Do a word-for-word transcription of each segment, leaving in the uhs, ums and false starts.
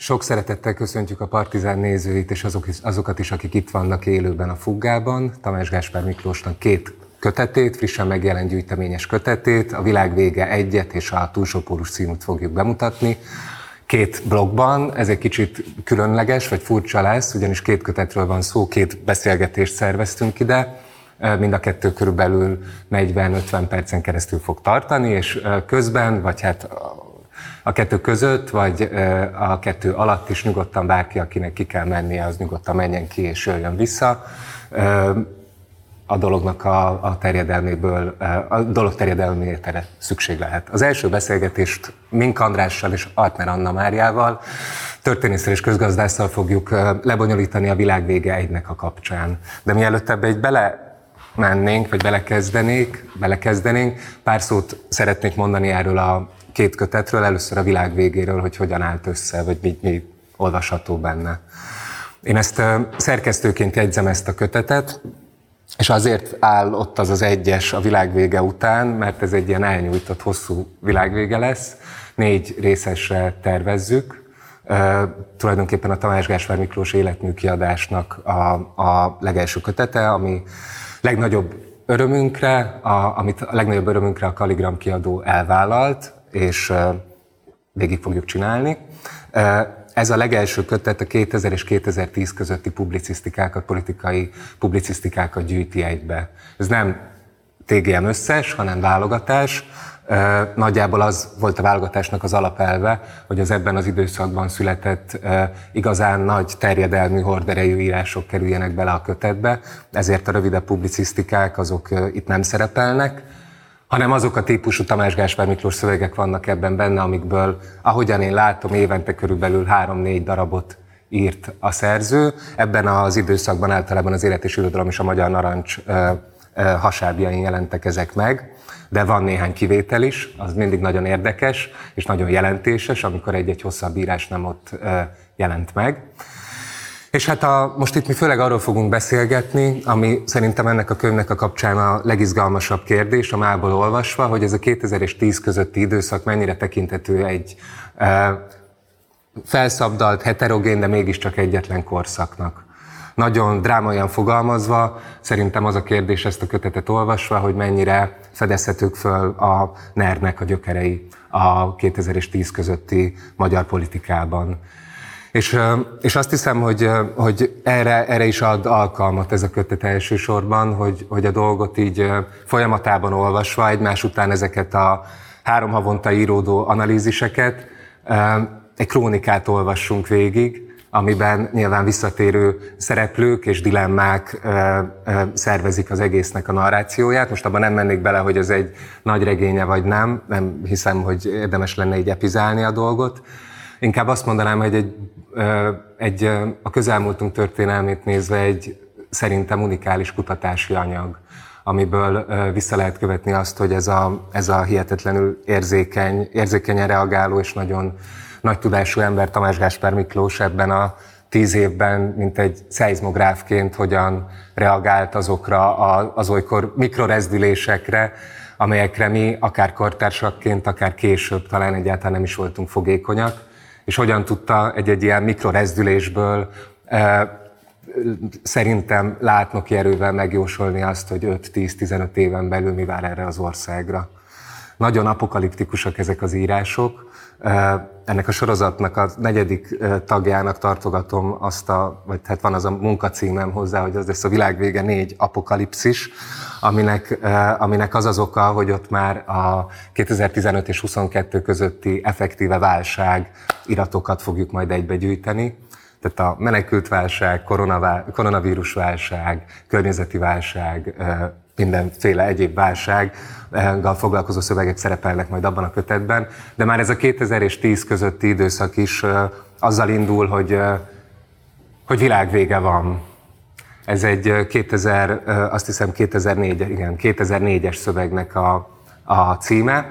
Sok szeretettel köszöntjük a Partizán nézőit és azok, azokat is, akik itt vannak élőben a Fuggában. Tamás Gáspár Miklósnak két kötetét, frissen megjelent gyűjteményes kötetét, a Világ vége egyet és a Túlsó pólus címűt fogjuk bemutatni. Két blogban, ez egy kicsit különleges, vagy furcsa lesz, ugyanis két kötetről van szó, két beszélgetést szerveztünk ide. Mind a kettő körülbelül negyven-ötven percen keresztül fog tartani, és közben, vagy hát a kettő között, vagy a kettő alatt is nyugodtan bárki, akinek ki kell mennie, az nyugodtan menjen ki és jöjjön vissza. A dolognak a, a terjedelméből, a dolog terjedelmére szükség lehet. Az első beszélgetést Mink Andrással és Altner Anna Máriával, történésszel és közgazdásszal fogjuk lebonyolítani a Világ vége egynek a kapcsán. De mielőtt ebbe egy bele mennénk, vagy belekezdenénk, belekezdenénk, pár szót szeretnék mondani erről a két kötetről, először a Világ végéről, hogy hogyan állt össze, vagy mi, mi olvasható benne. Én ezt szerkesztőként jegyzem ezt a kötetet, és azért áll ott az az egyes a Világ vége után, mert ez egy ilyen elnyújtott, hosszú világvége lesz. Négy részesre tervezzük. Uh, tulajdonképpen a Tamás Gáspár Miklós életmű kiadásnak a, a legelső kötete, ami legnagyobb örömünkre, a, amit a legnagyobb örömünkre a Kaligram kiadó elvállalt, és uh, végig fogjuk csinálni. Uh, ez a legelső kötet a kétezer és kétezer-tíz közötti publicisztikákat, politikai publicisztikákat gyűjti egybe. Ez nem té gé em összes, hanem válogatás. Uh, nagyjából az volt a válogatásnak az alapelve, hogy az ebben az időszakban született uh, igazán nagy terjedelmű horderejű írások kerüljenek bele a kötetbe, ezért a rövidebb publicisztikák azok uh, itt nem szerepelnek, hanem azok a típusú Tamás Gáspár Miklós szövegek vannak ebben benne, amikből, ahogyan én látom, évente körülbelül három-négy darabot írt a szerző. Ebben az időszakban általában az Élet és Irodalom és a Magyar Narancs uh, uh, hasábjain jelentek ezek meg, de van néhány kivétel is, az mindig nagyon érdekes és nagyon jelentéses, amikor egy-egy hosszabb írás nem ott uh, jelent meg. És hát a, most itt mi főleg arról fogunk beszélgetni, ami szerintem ennek a könyvnek a kapcsán a legizgalmasabb kérdés, a mából olvasva, hogy ez a kétezer és tíz közötti időszak mennyire tekinthető egy uh, felszabdalt, heterogén, de mégiscsak egyetlen korszaknak. Nagyon drámaian fogalmazva, szerintem az a kérdés ezt a kötetet olvasva, hogy mennyire fedezhetők föl a nernek a gyökerei a kétezer és tíz közötti magyar politikában. És, és azt hiszem, hogy, hogy erre, erre is ad alkalmat ez a kötet elsősorban, hogy, hogy a dolgot így folyamatában olvasva, egymás után ezeket a három havonta íródó analíziseket, egy krónikát olvassunk végig, amiben nyilván visszatérő szereplők és dilemmák ö, ö, szervezik az egésznek a narrációját. Most abban nem mennék bele, hogy ez egy nagy regénye vagy nem, nem hiszem, hogy érdemes lenne így epizálni a dolgot. Inkább azt mondanám, hogy egy, ö, egy, ö, a közelmúltunk történelmét nézve egy szerintem unikális kutatási anyag, amiből ö, vissza lehet követni azt, hogy ez a, ez a hihetetlenül érzékeny, érzékenyen reagáló és nagyon nagy tudású ember, Tamás Gáspár Miklós ebben a tíz évben, mint egy szeizmográfként hogyan reagált azokra az olykor mikrorezdülésekre, amelyekre mi akár kortársakként, akár később talán egyáltalán nem is voltunk fogékonyak, és hogyan tudta egy-egy ilyen mikrorezdülésből eh, szerintem látnoki erővel megjósolni azt, hogy öt-tíz-tizenöt éven belül mi vár erre az országra. Nagyon apokaliptikusak ezek az írások. Ennek a sorozatnak a negyedik tagjának tartogatom azt a, vagy hát van az a munkacímem hozzá, hogy az lesz a Világ vége négy apokalipszis, aminek, aminek az az oka, hogy ott már a kétezer-tizenöt és huszonkettő közötti effektíve válság iratokat fogjuk majd egybegyűjteni. Tehát a menekültválság, koronavírusválság, környezeti válság, mindenféle egyéb válsággal foglalkozó szövegek szerepelnek majd abban a kötetben, de már ez a kétezer és tíz közötti időszak is azzal indul, hogy, hogy világvége van. Ez egy kétezer, azt hiszem kétezer-négy, igen, kétezer-négyes szövegnek a, a címe,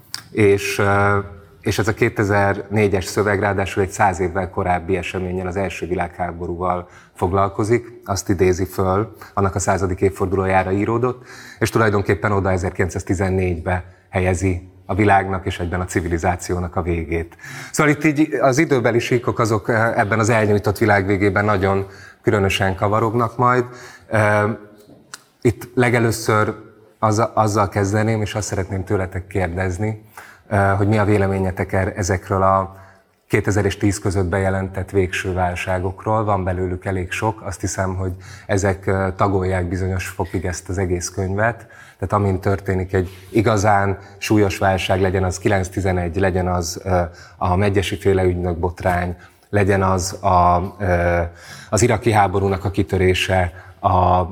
és, és ez a kétezer-négyes szöveg ráadásul egy száz évvel korábbi eseménnyel, az első világháborúval foglalkozik, azt idézi föl, annak a századik évfordulójára íródott, és tulajdonképpen oda ezerkilencszáztizennégybe helyezi a világnak és egyben a civilizációnak a végét. Szóval itt így az időbeli síkok azok ebben az elnyújtott világ végében nagyon különösen kavarognak majd. Itt legelőször azzal kezdeném, és azt szeretném tőletek kérdezni, hogy mi a véleményetek ezekről a kétezer-tíz között bejelentett végső válságokról. Van belőlük elég sok, azt hiszem, hogy ezek tagolják bizonyos fokig ezt az egész könyvet. Tehát amint történik egy igazán súlyos válság, legyen az kilenc tizenegy, legyen az a Medgyessy féle ügynök botrány, legyen az a, az iraki háborúnak a kitörése, a,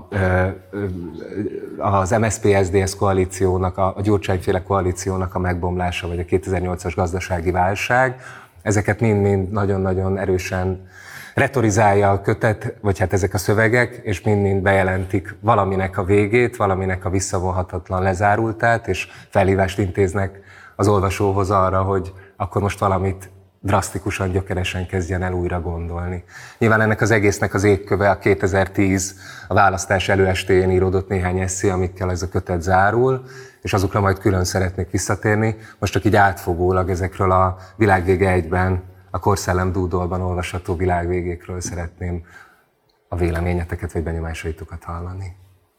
az em es zé pé es dé es koalíciónak, a Gyurcsány-féle koalíciónak a megbomlása, vagy a kétezer-nyolcas gazdasági válság, ezeket mind-mind nagyon-nagyon erősen retorizálja a kötet, vagy hát ezek a szövegek, és mind-mind bejelentik valaminek a végét, valaminek a visszavonhatatlan lezárultát, és felhívást intéznek az olvasóhoz arra, hogy akkor most valamit drasztikusan, gyökeresen kezdjen el újra gondolni. Nyilván ennek az egésznek az égköve a kétezer-tíz a választás előestéjén íródott néhány esszé, amikkel ez a kötet zárul, és azokra majd külön szeretnék visszatérni. Most csak így átfogólag ezekről a Világvége egyben, a Korszellem Dúdolban olvasható világvégékről szeretném a véleményeteket vagy benyomásaitokat hallani.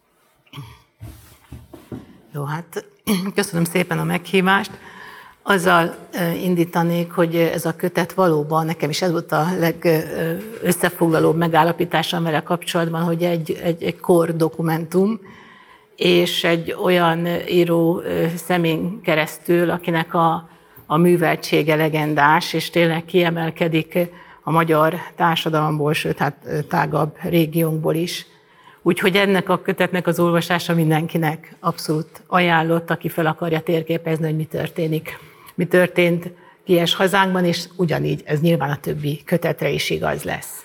Jó, hát köszönöm szépen a meghívást. Azzal indítanék, hogy ez a kötet valóban, nekem is ez volt a legösszefoglalóbb megállapításom vele kapcsolatban, hogy egy, egy, egy kor dokumentum, és egy olyan író szemén keresztül, akinek a, a műveltsége legendás, és tényleg kiemelkedik a magyar társadalomból, sőt, hát tágabb régiónkból is. Úgyhogy ennek a kötetnek az olvasása mindenkinek abszolút ajánlott, aki fel akarja térképezni, hogy mi történik. Mi történt Kies hazánkban, és ugyanígy ez nyilván a többi kötetre is igaz lesz.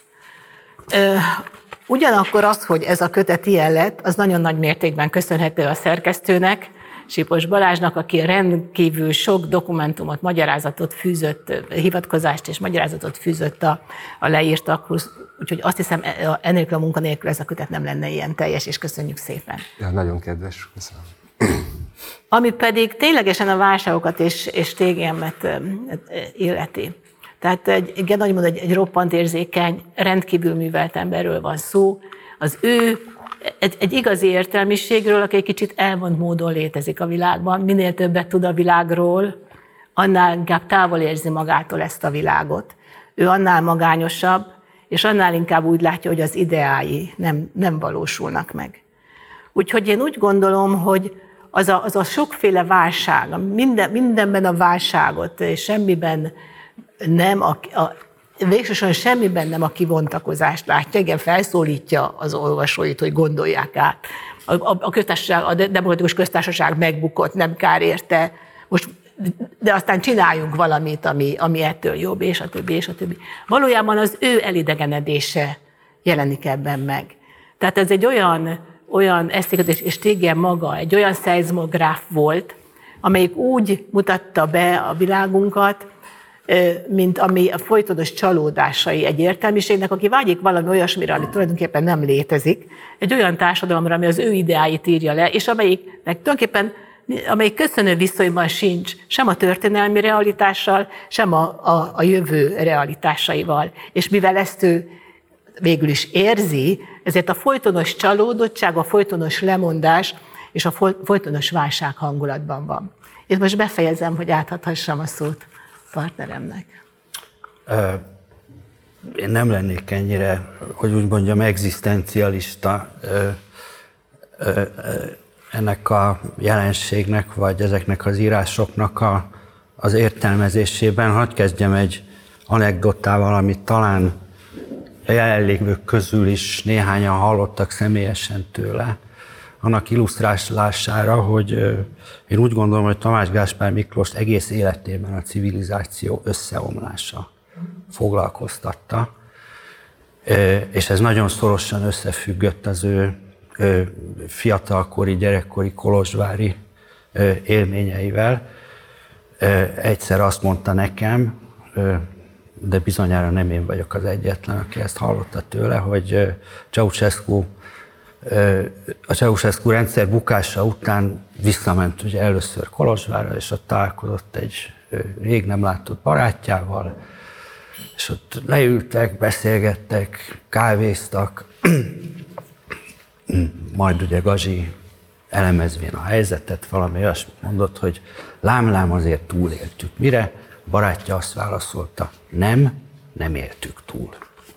Ugyanakkor az, hogy ez a kötet ilyen lett, az nagyon nagy mértékben köszönhető a szerkesztőnek, Sipos Balázsnak, aki rendkívül sok dokumentumot, magyarázatot fűzött, hivatkozást és magyarázatot fűzött a, a leírtakhoz. Úgyhogy azt hiszem, ennélkül a munkanélkül ez a kötet nem lenne ilyen teljes, és köszönjük szépen. Ja, nagyon kedves, köszönöm. Ami pedig ténylegesen a válságokat és, és té gé em-et illeti. Tehát egy, igen, ahogy mondod, egy, egy roppant érzékeny, rendkívül művelt emberről van szó. Az ő egy, egy igazi értelmiségről, aki egy kicsit elvont módon létezik a világban. Minél többet tud a világról, annál inkább távol érzi magától ezt a világot. Ő annál magányosabb, és annál inkább úgy látja, hogy az ideái nem, nem valósulnak meg. Úgyhogy én úgy gondolom, hogy az a, az a sokféle válság, minden, mindenben a válságot, és semmiben nem, a, a, végsősorban semmiben nem a kivontakozást látja, igen, felszólítja az olvasóit, hogy gondolják át. A, a, a, köztársaság, a demokratikus köztársaság megbukott, nem kár érte, most, de aztán csináljunk valamit, ami, ami ettől jobb, és a többi, és a többi. Valójában az ő elidegenedése jelenik ebben meg. Tehát ez egy olyan, olyan esztéket, és té gé em maga egy olyan szeizmográf volt, amelyik úgy mutatta be a világunkat, mint ami a folytonos csalódásai egy értelmiségnek, aki vágyik valami olyasmire, ami tulajdonképpen nem létezik, egy olyan társadalomra, ami az ő ideáit írja le, és amelyiknek tulajdonképpen, amelyik köszönő viszonyban sincs sem a történelmi realitással, sem a, a, a jövő realitásaival. És mivel ezt ő végül is érzi, ezért a folytonos csalódottság, a folytonos lemondás és a folytonos válság hangulatban van. Én most befejezem, hogy átadhassam a szót partneremnek. Én nem lennék ennyire, hogy úgy mondjam, egzisztencialista ennek a jelenségnek, vagy ezeknek az írásoknak a, az értelmezésében. Hadd kezdjem egy anekdotával, amit talán a jelenlévők közül is néhányan hallottak személyesen tőle, annak illusztrálására, hogy én úgy gondolom, hogy Tamás Gáspár Miklós egész életében a civilizáció összeomlása foglalkoztatta, és ez nagyon szorosan összefüggött az ő fiatalkori, gyerekkori kolozsvári élményeivel. Egyszer azt mondta nekem, de bizonyára nem én vagyok az egyetlen, aki ezt hallotta tőle, hogy Ceausescu A Ceausescu rendszer bukása után visszament ugye először Kolozsvárra, és ott találkozott egy rég nem látott barátjával, és ott leültek, beszélgettek, kávéztak, majd ugye Gazsi elemezvén a helyzetet, valami olyasmit mondott, hogy lám-lám azért túléltük. Mire a barátja azt válaszolta, nem, nem éltük túl.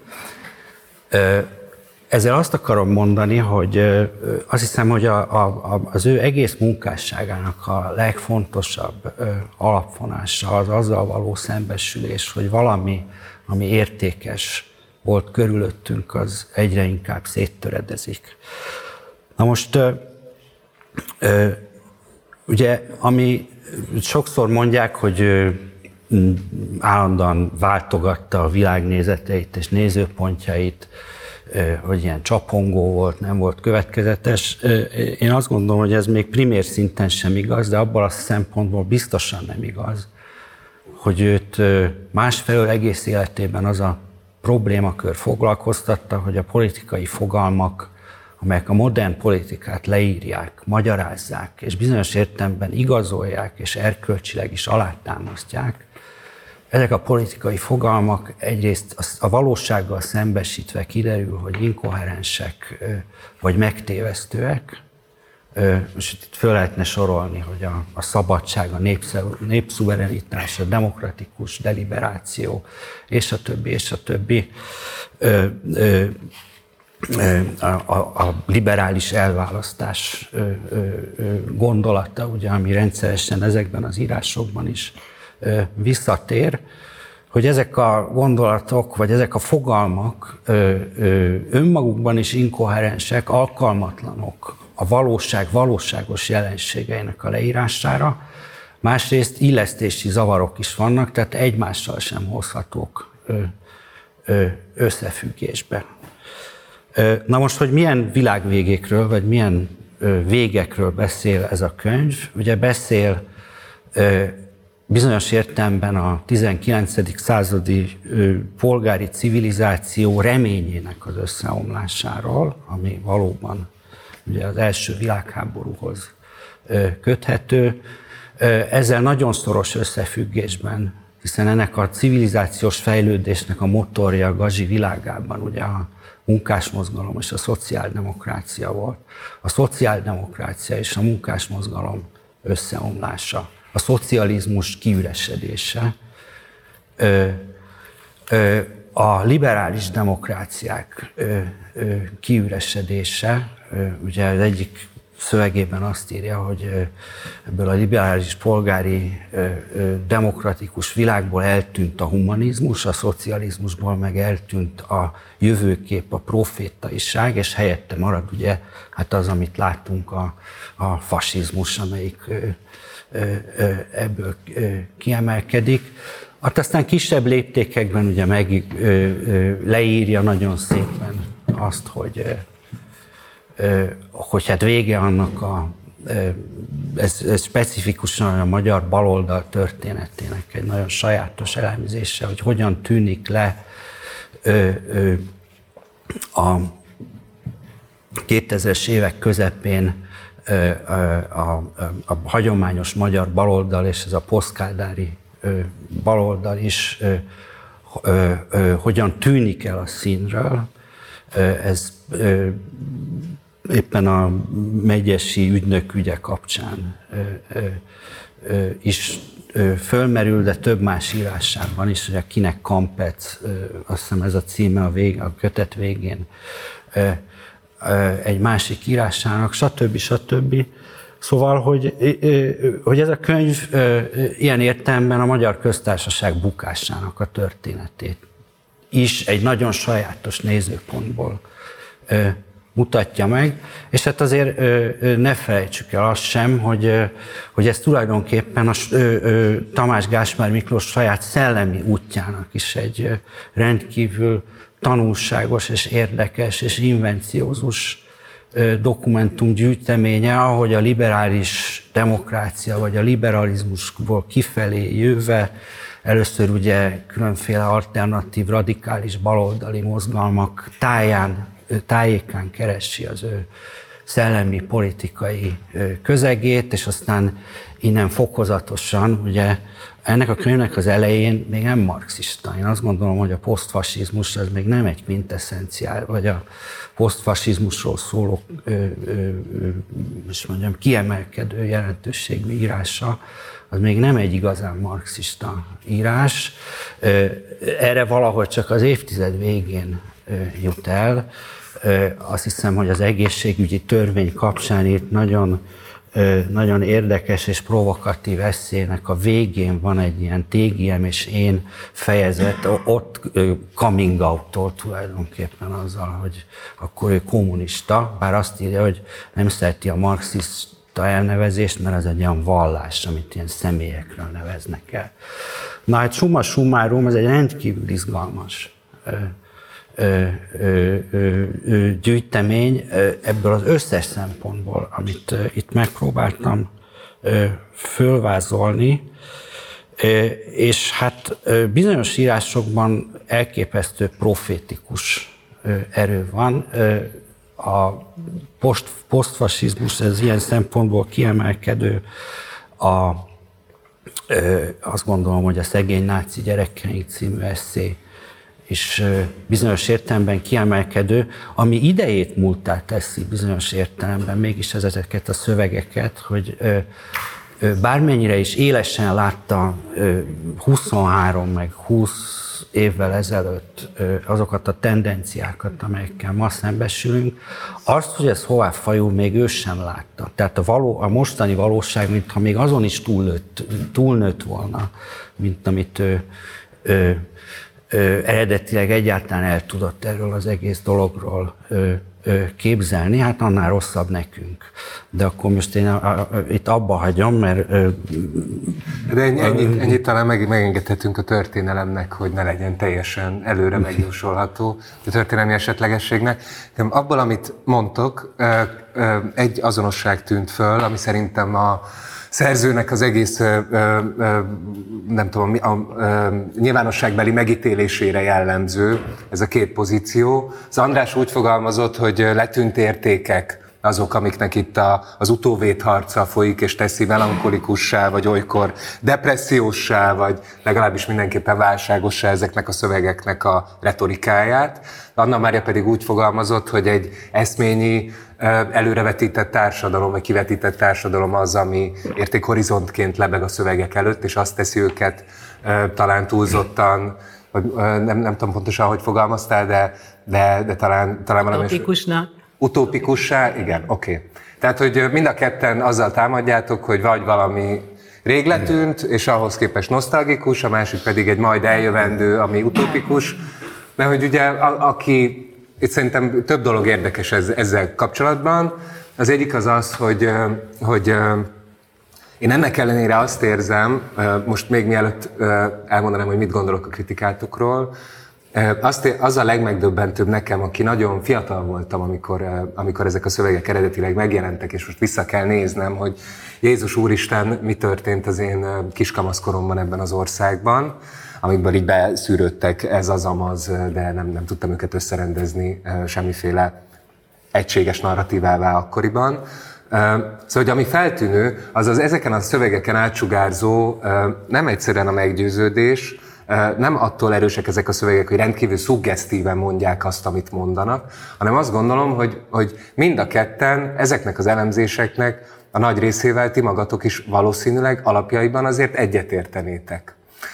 Ezzel azt akarom mondani, hogy azt hiszem, hogy a, a, az ő egész munkásságának a legfontosabb alapvonása az azzal való szembesülés, hogy valami, ami értékes volt körülöttünk, az egyre inkább széttöredezik. Na most, ugye, ami sokszor mondják, hogy állandóan váltogatta a világnézeteit és nézőpontjait, hogy ilyen csapongó volt, nem volt következetes. Én azt gondolom, hogy ez még primér szinten sem igaz, de abban a szempontból biztosan nem igaz, hogy őt másfelől egész életében az a problémakör foglalkoztatta, hogy a politikai fogalmak, amelyek a modern politikát leírják, magyarázzák, és bizonyos értelemben igazolják, és erkölcsileg is alátámasztják, ezek a politikai fogalmak egyrészt a valósággal szembesítve kiderül, hogy inkoherensek vagy megtévesztőek. Most itt föl lehetne sorolni, hogy a, a szabadság, a népszuverenitás, a demokratikus deliberáció, és a többi, és a többi. A, a, a liberális elválasztás gondolata, ugye, ami rendszeresen ezekben az írásokban is visszatér, hogy ezek a gondolatok, vagy ezek a fogalmak önmagukban is inkoherensek, alkalmatlanok a valóság valóságos jelenségeinek a leírására, másrészt illesztési zavarok is vannak, tehát egymással sem hozhatók összefüggésbe. Na most, hogy milyen világvégékről, vagy milyen végekről beszél ez a könyv, ugye beszél bizonyos értelemben a tizenkilencedik századi polgári civilizáció reményének az összeomlásáról, ami valóban ugye az első világháborúhoz köthető. Ezzel nagyon szoros összefüggésben, hiszen ennek a civilizációs fejlődésnek a motorja a Gazsi világában ugye a munkásmozgalom és a szociáldemokrácia volt. A szociáldemokrácia és a munkásmozgalom összeomlása, a szocializmus kiüresedése, a liberális demokráciák kiüresedése, ugye az egyik szövegében azt írja, hogy ebből a liberális polgári demokratikus világból eltűnt a humanizmus, a szocializmusból meg eltűnt a jövőkép, a profétaiság, és helyette marad ugye hát az, amit látunk, a, a fasizmus, amelyik ebből kiemelkedik. Hát aztán kisebb léptékekben ugye meg leírja nagyon szépen azt, hogy hogy hát vége annak a, ez, ez specifikusan a magyar baloldal történetének egy nagyon sajátos elemzése, hogy hogyan tűnik le ö, ö, a kétezres évek közepén ö, a, a, a hagyományos magyar baloldal és ez a posztkádári ö, baloldal is ö, ö, ö, hogyan tűnik el a színről. Ö, ez ö, éppen a megyesi ügynökügye kapcsán ö, ö, ö, is ö, fölmerül, de több más írásában is, hogy a Kinek Kampec, ö, azt hiszem ez a címe a, vég, a kötet végén, ö, ö, egy másik írásának, stb. stb. Szóval, hogy, ö, hogy ez a könyv ö, ilyen értelemben a Magyar Köztársaság bukásának a történetét is egy nagyon sajátos nézőpontból ö, mutatja meg, és hát azért ö, ne felejtsük el azt sem, hogy, hogy ez tulajdonképpen a ö, ö, Tamás Gáspár Miklós saját szellemi útjának is egy rendkívül tanulságos és érdekes és invenciózus ö, dokumentum gyűjteménye, ahogy a liberális demokrácia vagy a liberalizmusból kifelé jöve először ugye különféle alternatív, radikális baloldali mozgalmak táján tájékán keresi az ő szellemi, politikai közegét, és aztán innen fokozatosan, ugye ennek a könyvnek az elején még nem marxista. Én azt gondolom, hogy a posztfasizmus az még nem egy quintesszenciál, vagy a posztfasizmusról szóló, ö, ö, ö, és mondjam, kiemelkedő jelentőségű írása, az még nem egy igazán marxista írás. Erre valahogy csak az évtized végén jut el. Azt hiszem, hogy az egészségügyi törvény kapcsán írt nagyon, nagyon érdekes és provokatív esszének a végén van egy ilyen tégiem és én fejezet, ott coming out-tól tulajdonképpen azzal, hogy akkor ő kommunista, bár azt írja, hogy nem szereti a marxista elnevezést, mert az egy olyan vallás, amit ilyen személyekről neveznek el. Na hát summa summarum, ez egy rendkívül izgalmas Ö, ö, ö, ö, gyűjtemény ö, ebből az összes szempontból, amit ö, itt megpróbáltam ö, fölvázolni, ö, és hát ö, bizonyos írásokban elképesztő profétikus ö, erő van. Ö, a post, posztfasizmus, ez ilyen szempontból kiemelkedő. A, ö, azt gondolom, hogy a Szegény náci gyerekeink című esszé és bizonyos értelemben kiemelkedő, ami idejét múltá teszi bizonyos értelemben mégis ez ezeket a szövegeket, hogy bármennyire is élesen látta huszonhárom meg húsz évvel ezelőtt azokat a tendenciákat, amelyekkel ma szembesülünk, azt, hogy ez hová fajul, még ő sem látta. Tehát a, való, a mostani valóság, mintha még azon is túlnőtt, túlnőtt volna, mint amit ő, ő Ö, eredetileg egyáltalán el tudott erről az egész dologról ö, ö, képzelni, hát annál rosszabb nekünk. De akkor most én a, a, a, itt abba hagyom, mert... Ö, De ennyi, ennyit, ennyit talán meg, megengedhetünk a történelemnek, hogy ne legyen teljesen előre megjósolható a történelmi esetlegességnek. De abból, amit mondtok, ö, ö, egy azonosság tűnt föl, ami szerintem a szerzőnek az egész, ö, ö, nem tudom, a, a nyilvánosságbeli megítélésére jellemző ez a két pozíció. Az András úgy fogalmazott, hogy letűnt értékek azok, amiknek itt a, az utóvédharca folyik, és teszi melankolikussá, vagy olykor depresszióssá, vagy legalábbis mindenképpen válságossá ezeknek a szövegeknek a retorikáját. Anna Mária pedig úgy fogalmazott, hogy egy eszményi, előrevetített társadalom, vagy kivetített társadalom az, ami értékhorizontként lebeg a szövegek előtt, és azt teszi őket talán túlzottan, vagy nem, nem tudom pontosan, hogy fogalmaztál, de, de, de talán, talán valami... Utópikusnak. Utópikussá, igen, oké. Okay. Tehát, hogy mind a ketten azzal támadjátok, hogy vagy valami rég letűnt, és ahhoz képest nosztalgikus, a másik pedig egy majd eljövendő, ami utópikus. Mert hogy ugye, a, aki, itt szerintem több dolog érdekes ez, ezzel kapcsolatban. Az egyik az az, hogy, hogy én ennek ellenére azt érzem, most még mielőtt elmondanám, hogy mit gondolok a kritikátokról, Azt, az a legmegdöbbentőbb nekem, aki nagyon fiatal voltam, amikor, amikor ezek a szövegek eredetileg megjelentek, és most vissza kell néznem, hogy Jézus Úristen, mi történt az én kiskamaszkoromban ebben az országban, amikből így beszűrődtek ez az amaz, de nem, nem tudtam őket összerendezni semmiféle egységes narratívává akkoriban. Szóval, hogy ami feltűnő, az az ezeken a szövegeken átsugárzó nem egyszerűen a meggyőződés, nem attól erősek ezek a szövegek, hogy rendkívül szuggesztíven mondják azt, amit mondanak, hanem azt gondolom, hogy, hogy mind a ketten ezeknek az elemzéseknek a nagy részével ti magatok is valószínűleg alapjaiban azért egyetértenétek.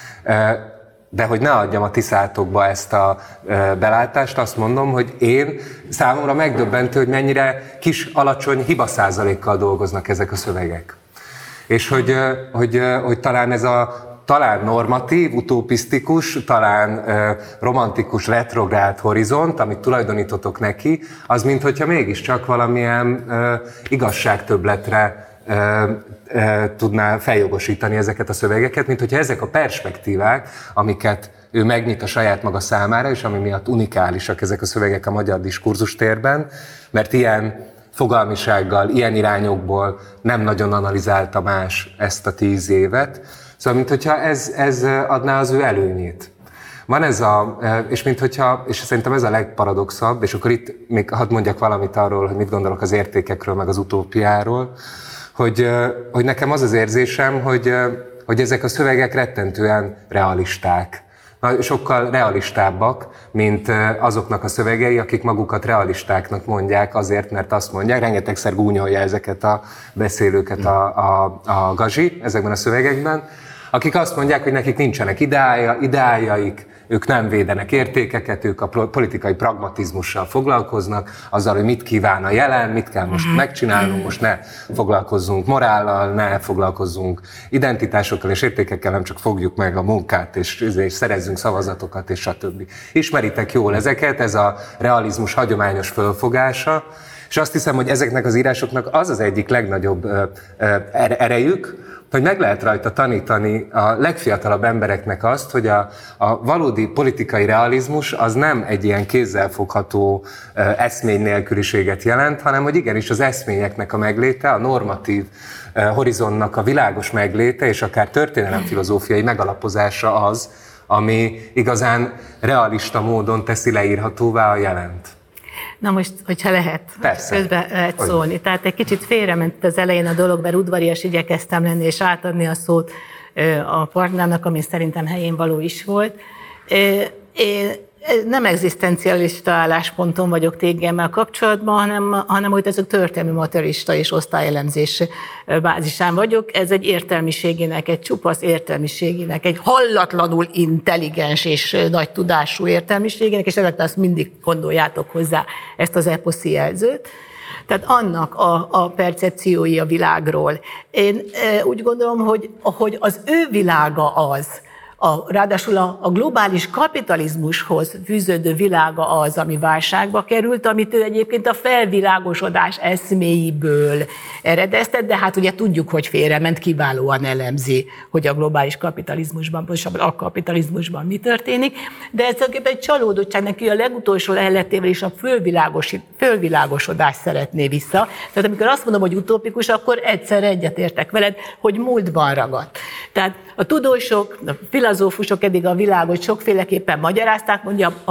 De hogy ne adjam a tiszátokba ezt a belátást, azt mondom, hogy én számomra megdöbbentő, hogy mennyire kis, alacsony hibaszázalékkal dolgoznak ezek a szövegek. És hogy, hogy, hogy talán ez a talán normatív, utopisztikus, talán uh, romantikus, retrográd horizont, amit tulajdonítotok neki, az minthogyha mégiscsak valamilyen uh, igazságtöbbletre uh, uh, tudná feljogosítani ezeket a szövegeket, mint hogyha ezek a perspektívák, amiket ő megnyit a saját maga számára, és ami miatt unikálisak ezek a szövegek a magyar diskurzustérben, mert ilyen fogalmisággal, ilyen irányokból nem nagyon analizálta más ezt a tíz évet. Szóval, mintha ez, ez adná az ő előnyét. Van ez a, és mint hogyha, és szerintem ez a legparadoxabb, és akkor itt még hadd mondjak valamit arról, hogy mit gondolok az értékekről, meg az utópiáról, hogy, hogy nekem az az érzésem, hogy, hogy ezek a szövegek rettentően realisták. Sokkal realistábbak, mint azoknak a szövegei, akik magukat realistáknak mondják azért, mert azt mondják, rengetegszer gúnyolja ezeket a beszélőket a, a, a Gazi ezekben a szövegekben, akik azt mondják, hogy nekik nincsenek ideája, ideájaik, ők nem védenek értékeket, ők a politikai pragmatizmussal foglalkoznak, azzal, hogy mit kíván a jelen, mit kell most megcsinálnunk, most ne foglalkozzunk morállal, ne foglalkozzunk identitásokkal és értékekkel, nem csak fogjuk meg a munkát, és, és szerezzünk szavazatokat, és stb. Ismeritek jól ezeket, ez a realizmus hagyományos fölfogása, és azt hiszem, hogy ezeknek az írásoknak az az egyik legnagyobb erejük, hogy meg lehet rajta tanítani a legfiatalabb embereknek azt, hogy a, a valódi politikai realizmus az nem egy ilyen kézzelfogható eszmény nélküliséget jelent, hanem hogy igenis az eszményeknek a megléte, a normatív horizontnak a világos megléte, és akár történelemfilozófiai megalapozása az, ami igazán realista módon teszi leírhatóvá a jelent. Na most, hogyha lehet, Persze. közben lehet szólni. Tehát egy kicsit félrement az elején a dolog, mert udvarias igyekeztem lenni, és átadni a szót a partnernak, ami szerintem helyén való is volt. Én nem egzisztencialista állásponton vagyok té gé em-mel kapcsolatban, hanem, hanem hogy ez a történelmi materialista és osztályelemzés bázisán vagyok. Ez egy értelmiségének, egy csupasz értelmiségének, egy hallatlanul intelligens és nagy tudású értelmiségének, és ezért azt mindig gondoljátok hozzá ezt az eposzi jelzőt. Tehát annak a, a percepciói a világról. Én e, úgy gondolom, hogy, hogy az ő világa az, A, ráadásul a, a globális kapitalizmushoz fűződő világa az, ami válságba került, amit ő egyébként a felvilágosodás eszméiből eredeztet, de hát ugye tudjuk, hogy félrement, kiválóan elemzi, hogy a globális kapitalizmusban, pontosabban a kapitalizmusban mi történik, de ez tulajdonképpen egy csalódottság, neki a legutolsó leheletével is a fölvilágos, fölvilágosodást szeretné vissza. Tehát amikor azt mondom, hogy utópikus, akkor egyszerre egyetértek veled, hogy múltban ragadt. Tehát a tudósok, a filozófusok eddig a világot sokféleképpen magyarázták, mondja a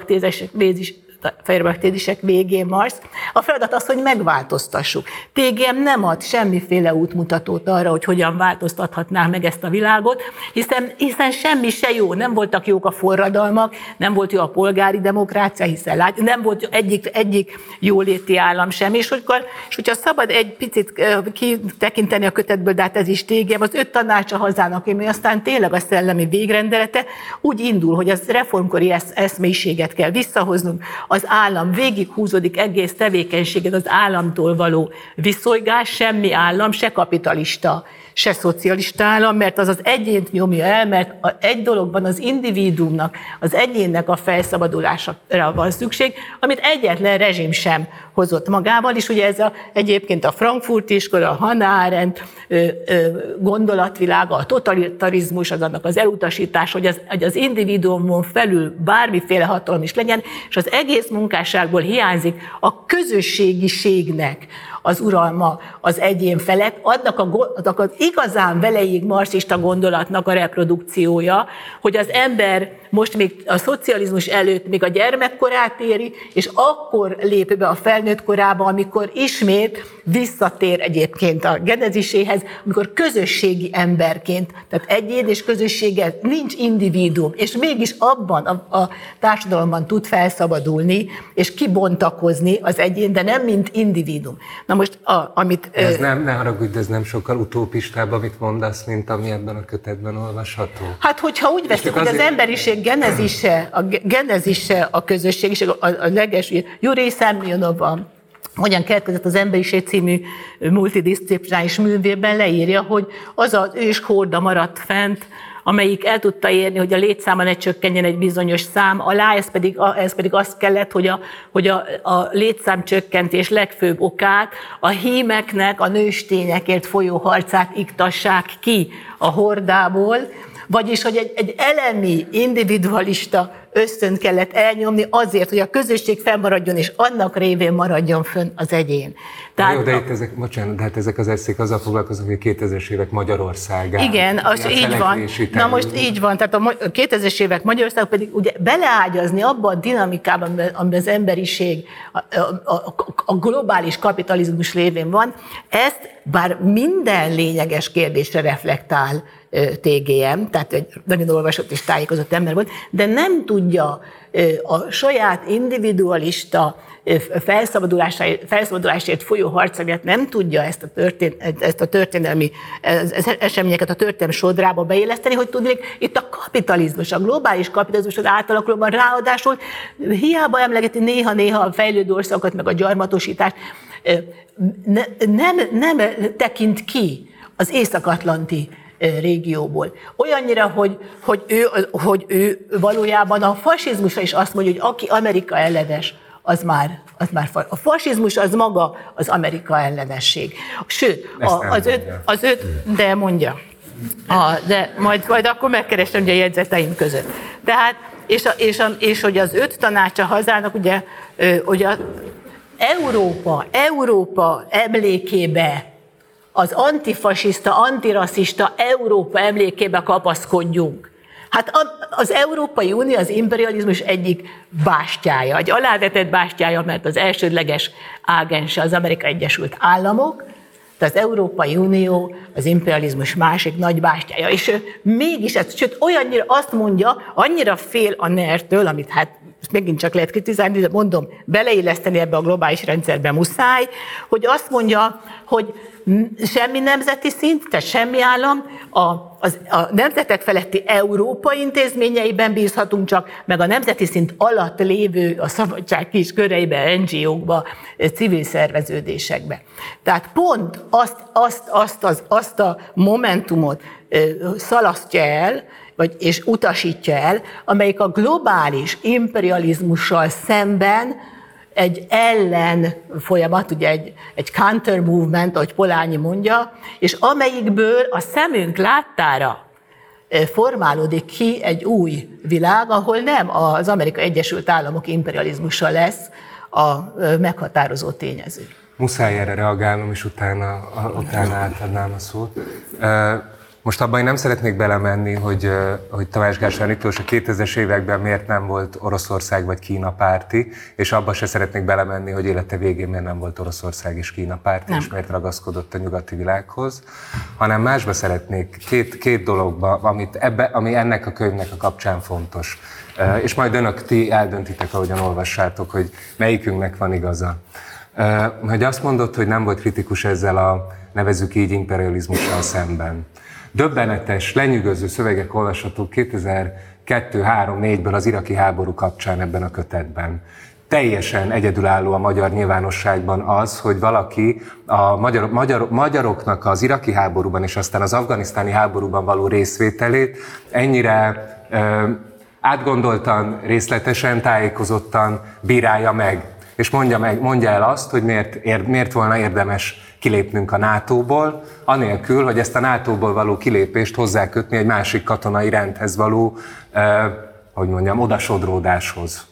Feuerbach-tézisek végén Marx. A feladat az, hogy megváltoztassuk. té gé em nem ad semmiféle útmutatót arra, hogy hogyan változtathatnánk meg ezt a világot, hiszen, hiszen semmi se jó. Nem voltak jók a forradalmak, nem volt jó a polgári demokrácia, hiszen lát, nem volt egyik, egyik jóléti állam sem. És, hogyha, és hogyha szabad egy picit kitekinteni a kötetből, de hát ez is té gé em, az öt tanácsa hazának, ami aztán tényleg a szellemi végrendelete, úgy indul, hogy az reformkori esz, eszmélyiséget kell visszahoznunk, az állam végighúzódik egész tevékenységet, az államtól való viszolygás, semmi állam, se kapitalista, se szocialista állam, mert az az egyént nyomja el, mert egy dologban az individuumnak, az egyénnek a felszabadulására van szükség, amit egyetlen rezsim sem hozott magával, és ugye ez a, egyébként a frankfurti iskola, a Hannah Arendt ö, ö, gondolatvilága, a totalitarizmus, az annak az elutasítás, hogy az, hogy az individuumon felül bármiféle hatalom is legyen, és az egész munkásságból hiányzik a közösségiségnek az uralma az egyén felett, annak, a, annak az igazán veleig marxista gondolatnak a reprodukciója, hogy az ember most még a szocializmus előtt még a gyermekkorát éri, és akkor lép be a felnőtt korába, amikor ismét visszatér egyébként a geneziséhez, amikor közösségi emberként, tehát egyén és közösséggel nincs individuum, és mégis abban a, a társadalomban tud felszabadulni, és kibontakozni az egyén, de nem mint individuum. Na most, a, amit... Ez nem, ne haragudj, de ez nem sokkal utópistább, amit mondasz, mint ami ebben a kötetben olvasható? Hát, hogyha úgy veszik, hogy az emberiség genezise, a genezise a közösség, a, a leges, Jurij Semjonov a Hogyan keletkezett az emberiség című multidisziplináris művében leírja, hogy az az ős horda maradt fent, amelyik el tudta érni, hogy a létszáma ne csökkenjen egy bizonyos szám alá, ez pedig, ez pedig azt kellett, hogy a, hogy a, a létszámcsökkentés legfőbb okát, a hímeknek, a nőstényekért folyó harcát iktassák ki a hordából, Vagyis, hogy egy, egy elemi, individualista ösztönt kellett elnyomni azért, hogy a közösség fennmaradjon, és annak révén maradjon fönn az egyén. Tehát, jó, de itt ezek, bocsánat, de hát ezek az eszék azzal foglalkoznak, hogy a kétezres évek Magyarországán. Igen, az így van. Na most így van, tehát a kétezres évek Magyarország pedig ugye beleágyazni abba a dinamikában, amiben az emberiség a, a, a, a globális kapitalizmus révén van, ezt bár minden lényeges kérdésre reflektál té gé em, tehát egy nagyon olvasott és tájékozott ember volt, de nem tudja a saját individualista felszabadulásért folyó harca miatt nem tudja ezt a, történ, ezt a történelmi ezt eseményeket a történelmi sodrába beilleszteni, hogy tudnék, itt a kapitalizmus, a globális kapitalizmus az átalakulóban ráadásul hiába emlegeti néha-néha a fejlődő országokat, meg a gyarmatosítást, ne, nem, nem tekint ki az észak-atlanti régióból. Olyannyira, hogy, hogy, ő, hogy ő valójában a fasizmusra is azt mondja, hogy aki Amerika ellenes, az már, az már a fasizmus az maga az Amerika ellenesség. Sőt, a, az, öt, az öt, de mondja, a, de majd, majd akkor megkeresem ugye a jegyzeteim között. Tehát, és, a, és, a, és hogy az öt tanács a hazának, ugye, ugye Európa, Európa emlékébe, az antifasiszta, antirasszista Európa emlékébe kapaszkodjunk. Hát az Európai Unió az imperializmus egyik bástyája, egy alávetett bástyája, mert az elsődleges ágense az Amerikai Egyesült Államok, de az Európai Unió az imperializmus másik nagy bástyája. És ő mégis, ez, sőt olyannyira azt mondja, annyira fél a nertől, amit hát megint csak lehet kritizálni, de mondom, beleilleszteni ebbe a globális rendszerbe muszáj, hogy azt mondja, hogy semmi nemzeti szint, tehát semmi állam, a, az, a nemzetek feletti Európa intézményeiben bízhatunk csak, meg a nemzeti szint alatt lévő, a szabadság kis köreiben, en gé ó-kba, civil szerveződésekbe. Tehát pont azt, azt, azt, az, azt a momentumot szalasztja el, vagy, és utasítja el, amelyik a globális imperializmussal szemben egy ellen folyamat, ugye egy, egy counter movement, ahogy Polanyi mondja, és amelyikből a szemünk láttára formálódik ki egy új világ, ahol nem az Amerikai Egyesült Államok imperializmusa lesz a meghatározó tényező. Muszáj erre reagálnom, és utána, utána átadnám a szót. Most abban én nem szeretnék belemenni, hogy, hogy Tamás Gáspár Miklós a kétezres években miért nem volt Oroszország vagy Kína párti, és abban se szeretnék belemenni, hogy élete végén miért nem volt Oroszország és Kína párti, nem. És miért ragaszkodott a nyugati világhoz, hanem másba szeretnék, két, két dologba, amit ebbe, ami ennek a könyvnek a kapcsán fontos. És majd önök ti eldöntitek, ahogyan olvassátok, hogy melyikünknek van igaza. Hogy azt mondod, hogy nem volt kritikus ezzel a nevezzük így imperializmussal szemben. Döbbenetes, lenyűgöző szövegek olvashatók kétezer-kettő három négyből az iraki háború kapcsán ebben a kötetben. Teljesen egyedülálló a magyar nyilvánosságban az, hogy valaki a magyar, magyar, magyaroknak az iraki háborúban és aztán az afganisztáni háborúban való részvételét ennyire ö, átgondoltan, részletesen, tájékozottan bírálja meg. És mondja, meg, mondja el azt, hogy miért, ér, miért volna érdemes kilépnünk a nátóból, anélkül, hogy ezt a nátóból való kilépést hozzákötni egy másik katonai rendhez való, eh, hogy mondjam, odasodródáshoz.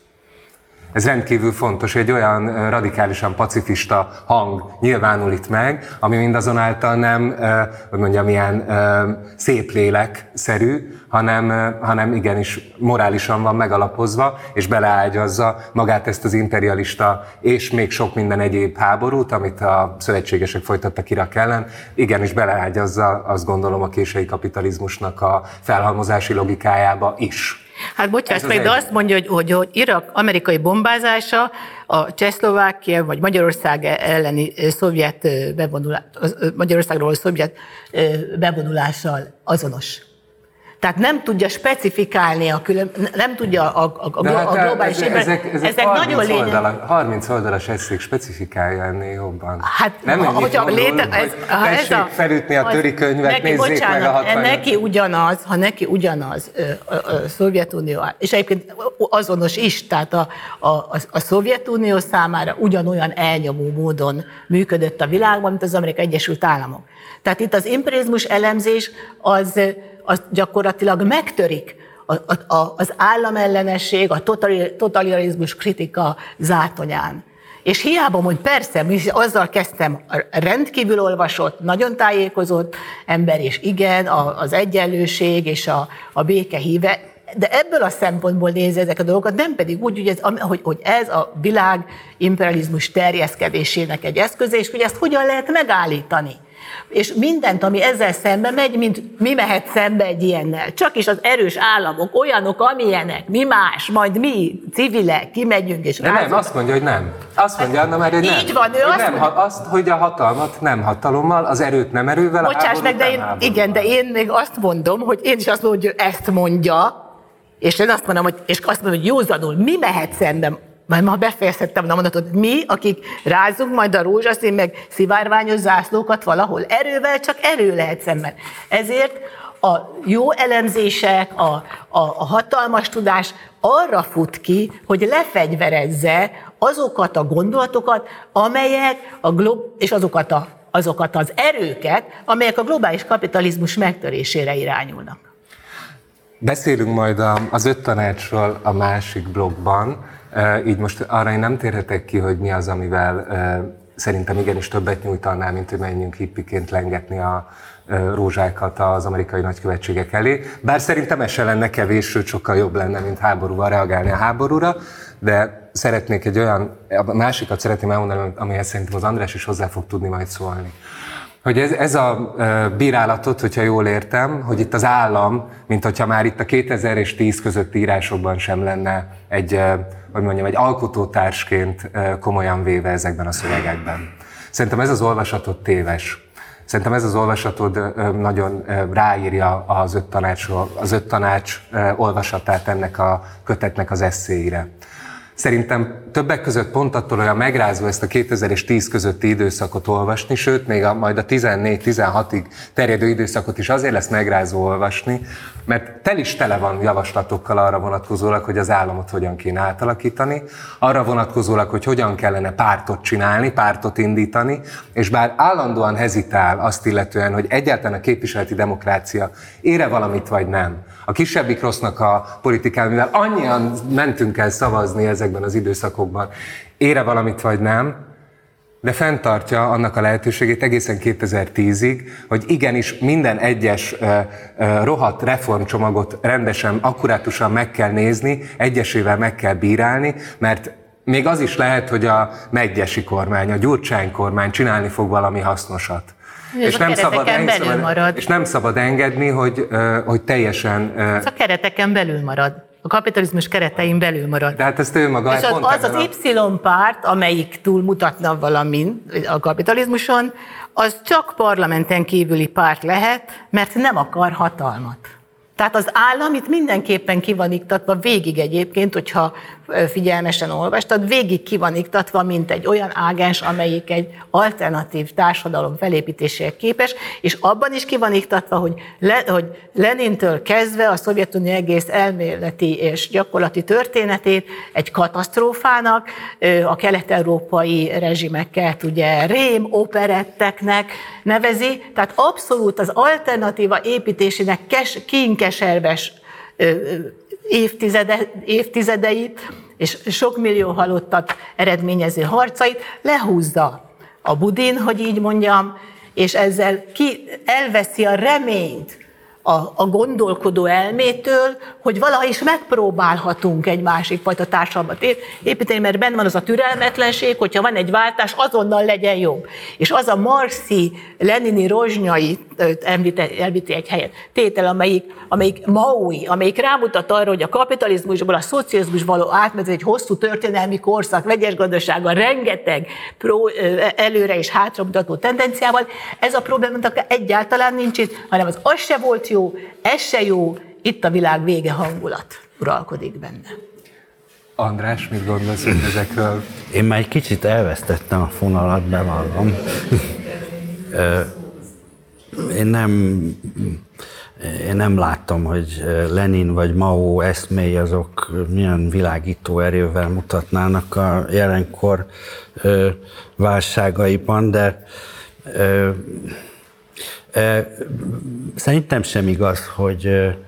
Ez rendkívül fontos, hogy egy olyan radikálisan pacifista hang nyilvánul itt meg, ami mindazonáltal nem, eh, hogy mondjam, ilyen eh, szép lélekszerű, hanem, eh, hanem igenis morálisan van megalapozva, és beleágyazza magát ezt az imperialista és még sok minden egyéb háborút, amit a szövetségesek folytattak Irak ellen, igenis beleágyazza, azt gondolom, a késői kapitalizmusnak a felhalmozási logikájába is. Hát bocsáss meg, de azt mondja, hogy, hogy, hogy Irak amerikai bombázása a Csehszlovákia vagy Magyarország elleni szovjet bevonulás, Magyarországról szovjet bevonulással azonos. Tehát nem tudja specifikálni a külön, nem tudja a, a, a, hát a globális ezek, ezek, ezek, ezek nagyon lényeg. Oldala, harminc oldalas eszék specifikálja ennél jobban. Hát, nem ha, hogyha léte, ez, ha tessék ez a, felütni a töri könyvet, neki, nézzék bocsánat, meg a hatvan. Neki ugyanaz, ha neki ugyanaz a, a, a Szovjetunió, és egyébként azonos is, tehát a, a, a, a Szovjetunió számára ugyanolyan elnyomó módon működött a világban, mint az Amerikai Egyesült Államok. Tehát itt az imperializmus elemzés az az gyakorlatilag megtörik a, a, a, az államellenesség, a totalitarizmus kritika zátonyán. És hiába mondj, persze, azzal kezdtem, a rendkívül olvasott, nagyon tájékozott ember, és igen, az egyenlőség és a, a béke híve, de ebből a szempontból nézi ezek a dolgokat, nem pedig úgy, hogy ez, hogy, hogy ez a világ imperializmus terjeszkedésének egy eszköze, és hogy ezt hogyan lehet megállítani. És mindent, ami ezzel szembe megy, mint mi mehet szembe egy ilyennel. Csak is az erős államok, olyanok, amilyenek, mi más, majd mi, civilek, kimegyünk és rázunk. De nem, azt mondja, hogy nem. Azt mondja Anna már, hogy nem. Így van, ő hogy azt nem, mondja. Azt, hogy a hatalmat nem hatalommal, az erőt nem erővel, Bocsáss a háborút meg, de nem én, háborúval. igen, de én még azt mondom, hogy én is azt mondom, hogy ő ezt mondja, és én azt mondom, hogy, és azt mondom, hogy józanul, mi mehet szembe? Majd ma befejezhettem a mondatot, mi, akik rázunk majd a rózsaszín, meg szivárványos zászlókat valahol. Erővel csak erő lehet szemben. Ezért a jó elemzések, a, a, a hatalmas tudás arra fut ki, hogy lefegyverezze azokat a gondolatokat, amelyek a glob- és azokat, a, azokat az erőket, amelyek a globális kapitalizmus megtörésére irányulnak. Beszélünk majd az öt tanácsról a másik blogban, így most arra én nem térhetek ki, hogy mi az, amivel szerintem igenis többet nyújtanál, mint hogy menjünk hippiként lengetni a rózsákat az amerikai nagykövetségek elé. Bár szerintem ez se lenne kevés, sőt sokkal jobb lenne, mint háborúval reagálni a háborúra, de szeretnék egy olyan, a másikat szeretném elmondani, amihez szerintem az András is hozzá fog tudni majd szólni. Hogy ez, ez a bírálatot, hogyha jól értem, hogy itt az állam, mint hogyha már itt a kétezer és tíz közötti írásokban sem lenne egy, hogy mondjam, egy alkotótársként komolyan véve ezekben a szövegekben. Szerintem ez az olvasatod téves. Szerintem ez az olvasatod nagyon ráírja az öt, tanácsról, az öt tanács olvasatát ennek a kötetnek az esszéire. Szerintem többek között pont attól olyan megrázó ezt a kétezer és tíz közötti időszakot olvasni, sőt, még a, majd a tizennégy-tizenhatig terjedő időszakot is azért lesz megrázó olvasni, mert tel is tele van javaslatokkal arra vonatkozólag, hogy az államot hogyan kéne átalakítani, arra vonatkozólag, hogy hogyan kellene pártot csinálni, pártot indítani, és bár állandóan hezitál azt illetően, hogy egyáltalán a képviseleti demokrácia ére valamit vagy nem, a kisebbik rossznak a politikán, mivel annyian mentünk el szavazni ezekben az időszakokban, ére valamit vagy nem, de fenntartja annak a lehetőségét egészen kétezer-tízig, hogy igenis minden egyes uh, uh, rohadt reformcsomagot rendesen, akkurátusan meg kell nézni, egyesével meg kell bírálni, mert még az is lehet, hogy a Medgyessy kormány, a Gyurcsány kormány csinálni fog valami hasznosat. És nem, szabad engedni, és nem szabad engedni, hogy, uh, hogy teljesen... Uh, Ez a kereteken belül marad. A kapitalizmus keretein belül marad. De hát ezt ő maga... És az az, az Y-párt, amelyik túlmutatna valamin a kapitalizmuson, az csak parlamenten kívüli párt lehet, mert nem akar hatalmat. Tehát az állam itt mindenképpen ki van iktatva, végig egyébként, hogyha figyelmesen olvastad, végig ki van iktatva, mint egy olyan ágens, amelyik egy alternatív társadalom felépítésére képes, és abban is ki van iktatva, hogy, Le, hogy Lenintől kezdve a Szovjetunió egész elméleti és gyakorlati történetét egy katasztrófának, a kelet-európai rezsimeket ugye rém operetteknek nevezi, tehát abszolút az alternatíva építésének kes, kínkeserves évtizede, évtizedeit és sok millió halottat eredményező harcait lehúzza a budin, hogy így mondjam, és ezzel ki elveszi a reményt a, a gondolkodó elmétől, hogy valaha is megpróbálhatunk egy másik fajta társadalmat építeni, mert benne van az a türelmetlenség, hogyha van egy váltás, azonnal legyen jobb. És az a marxi, lenini, rozsnyai, elvíti egy helyet, tétel, amelyik, amelyik maui, amelyik rámutat arra, hogy a kapitalizmusból a szocializmus való átmenet egy hosszú történelmi korszak, vegyes gazdasággal, rengeteg pro, előre és hátramutató tendenciával, ez a probléma egyáltalán nincs itt, hanem az az se volt jó, ez se jó, itt a világ vége hangulat uralkodik benne. András, mit gondolsz ezekről? Én már egy kicsit elvesztettem a fonalat, bevallom. Én nem, én nem láttam, hogy Lenin vagy Mao eszméi azok milyen világító erővel mutatnának a jelenkor válságaiban, de Szerintem sem igaz, hogy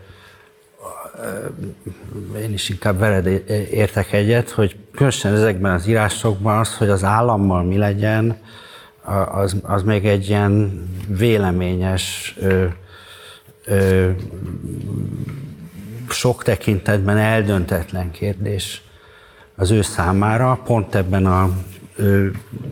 én is inkább veled értek egyet, hogy különösen ezekben az írásokban az, hogy az állammal mi legyen, az, az még egy ilyen véleményes, ö, ö, sok tekintetben eldöntetlen kérdés az ő számára, pont ebben a ö,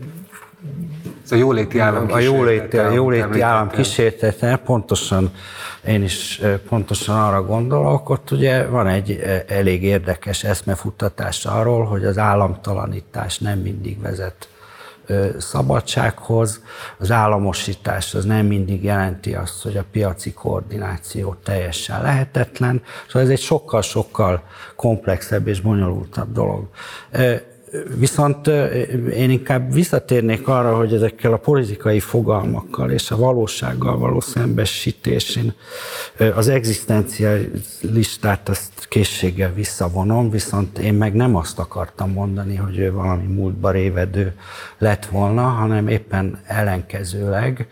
a jóléti állam a jóléti, a jóléti állam kísértete, pontosan, én is pontosan arra gondolok, ott ugye van egy elég érdekes eszmefuttatás arról, hogy az államtalanítás nem mindig vezet szabadsághoz, az államosítás az nem mindig jelenti azt, hogy a piaci koordináció teljesen lehetetlen, szóval ez egy sokkal-sokkal komplexebb és bonyolultabb dolog. Viszont én inkább visszatérnék arra, hogy ezekkel a politikai fogalmakkal és a valósággal való szembesítésén az egzisztencialistát azt készséggel visszavonom, viszont én meg nem azt akartam mondani, hogy ő valami múltba révedő lett volna, hanem éppen ellenkezőleg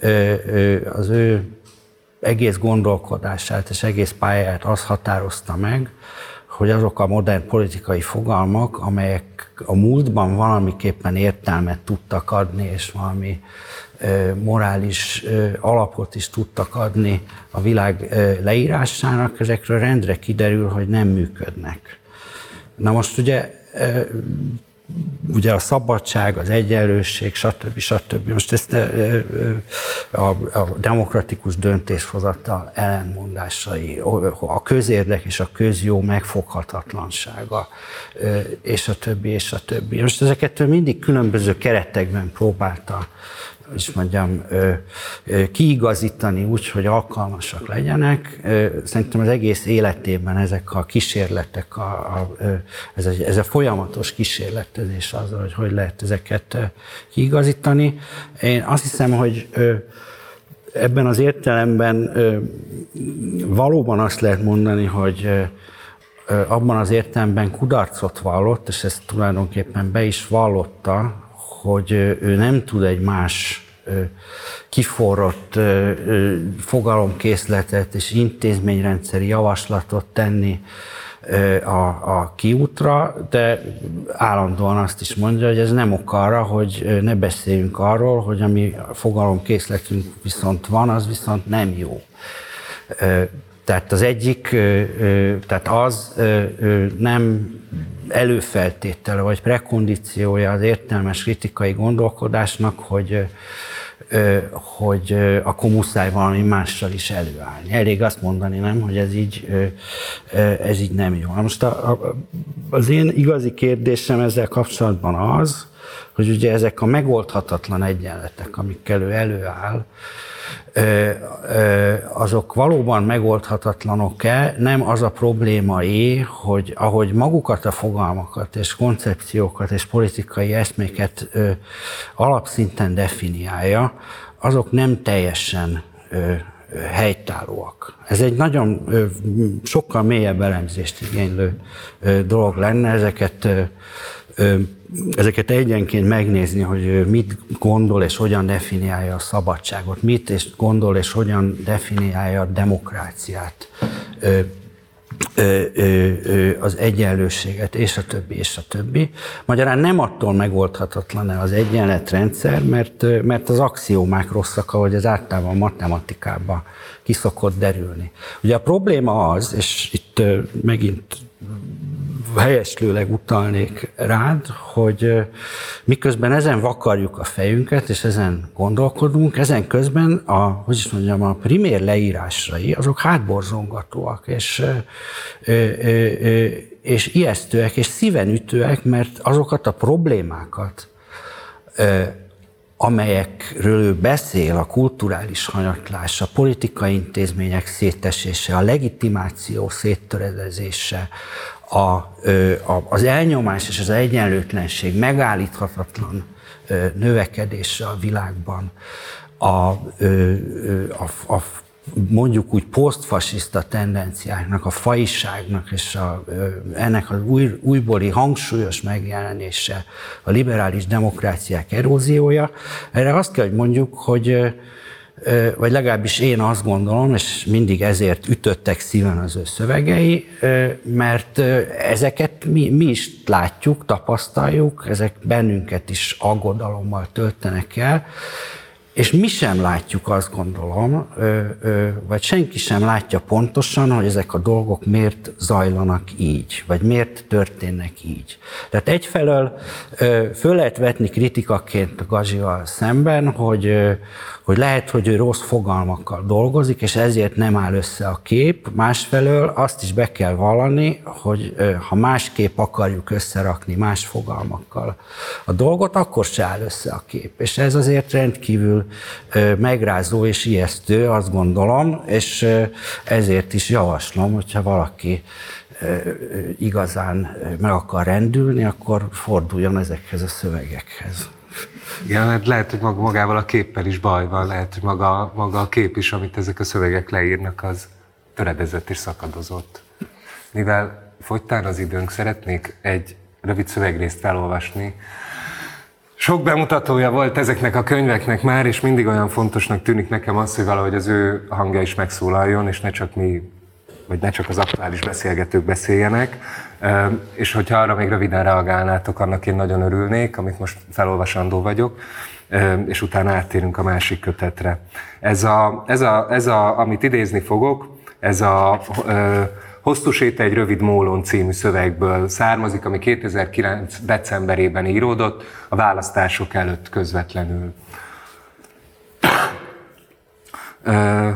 az ő egész gondolkodását és egész pályáját az határozta meg, hogy azok a modern politikai fogalmak, amelyek a múltban valamiképpen értelmet tudtak adni, és valami ö, morális ö, alapot is tudtak adni a világ ö, leírásának, ezekről rendre kiderül, hogy nem működnek. Na most ugye, ö, ugye a szabadság, az egyenlőség, stb. stb. Most ezt a, a demokratikus döntéshozatal ellenmondásai, a közérdek és a közjó megfoghatatlansága, és a többi, és a többi. Most ezeket mindig különböző keretekben próbálta, is mondjam, kiigazítani úgy, hogy alkalmasak legyenek. Szerintem az egész életében ezek a kísérletek, a, a, ez, a, ez a folyamatos kísérletezés azzal, hogy hogy lehet ezeket kiigazítani. Én azt hiszem, hogy ebben az értelemben valóban azt lehet mondani, hogy abban az értelemben kudarcot vallott, és ezt tulajdonképpen be is vallotta, hogy ő nem tud egy más kiforrott fogalomkészletet és intézményrendszeri javaslatot tenni a, a kiútra, de állandóan azt is mondja, hogy ez nem ok arra, hogy ne beszéljünk arról, hogy ami fogalomkészletünk viszont van, az viszont nem jó. Tehát az egyik, tehát az nem előfeltétele vagy prekondíciója az értelmes kritikai gondolkodásnak, hogy, hogy akkor muszáj valami mással is előállni. Elég azt mondani, nem, hogy ez így, ez így nem jó. Most a, a, az én igazi kérdésem ezzel kapcsolatban az, hogy ugye ezek a megoldhatatlan egyenletek, amikkel ő előáll, azok valóban megoldhatatlanok-e, nem az a problémai, hogy ahogy magukat a fogalmakat és koncepciókat és politikai eszméket alapszinten definiálja, azok nem teljesen helytállóak. Ez egy nagyon sokkal mélyebb elemzést igénylő dolog lenne, ezeket ezeket egyenként megnézni, hogy mit gondol és hogyan definiálja a szabadságot, mit és gondol és hogyan definiálja a demokráciát, az egyenlőséget, és a többi, és a többi. Magyarán nem attól megoldhatatlan az egyenletrendszer, mert, mert az axiómák rosszak, ahogy az általában matematikában ki szokott derülni. Ugye a probléma az, és itt megint helyeslőleg utalnék rád, hogy miközben ezen vakarjuk a fejünket, és ezen gondolkodunk, ezen közben a, hogy is mondjam, a primér leírásai, azok hátborzongatóak, és, és ijesztőek, és szívenütőek, mert azokat a problémákat, amelyekről ő beszél, a kulturális hanyatlás, a politikai intézmények szétesése, a legitimáció széttöredezése, A, a, az elnyomás és az egyenlőtlenség megállíthatatlan növekedése a világban, a, a, a, mondjuk úgy posztfasiszta tendenciáknak, a fajiságnak és a, ennek az új, újbóli hangsúlyos megjelenése, a liberális demokráciák eróziója, erre azt kell, hogy mondjuk, hogy vagy legalábbis én azt gondolom, és mindig ezért ütöttek szíven az ő szövegei, mert ezeket mi, mi is látjuk, tapasztaljuk, ezek bennünket is aggodalommal töltenek el, és mi sem látjuk, azt gondolom, vagy senki sem látja pontosan, hogy ezek a dolgok miért zajlanak így, vagy miért történnek így. Tehát egyfelől föl lehet vetni kritikaként Gazival szemben, hogy, hogy lehet, hogy ő rossz fogalmakkal dolgozik, és ezért nem áll össze a kép. Másfelől azt is be kell vallani, hogy ha másképp akarjuk összerakni más fogalmakkal a dolgot, akkor se áll össze a kép. És ez azért rendkívül megrázó és ijesztő, azt gondolom, és ezért is javaslom, hogyha valaki igazán meg akar rendülni, akkor forduljon ezekhez a szövegekhez. Igen, hát lehet, hogy magával a képpel is baj van, lehet, hogy maga, maga a kép is, amit ezek a szövegek leírnak, az töredezett és szakadozott. Mivel fogytán az időnk, szeretnék egy rövid szövegrészt felolvasni. Sok bemutatója volt ezeknek a könyveknek már, és mindig olyan fontosnak tűnik nekem az, hogy valahogy az ő hangja is megszólaljon, és ne csak mi, vagy ne csak az aktuális beszélgetők beszéljenek. És hogyha arra még röviden reagálnátok, annak én nagyon örülnék, amit most felolvasandó vagyok, és utána áttérünk a másik kötetre. Ez, a, ez, a, ez a, amit idézni fogok, ez a Hosszú séta egy rövid mólón című szövegből származik, ami kétezer-kilenc decemberében íródott, a választások előtt közvetlenül. Uh,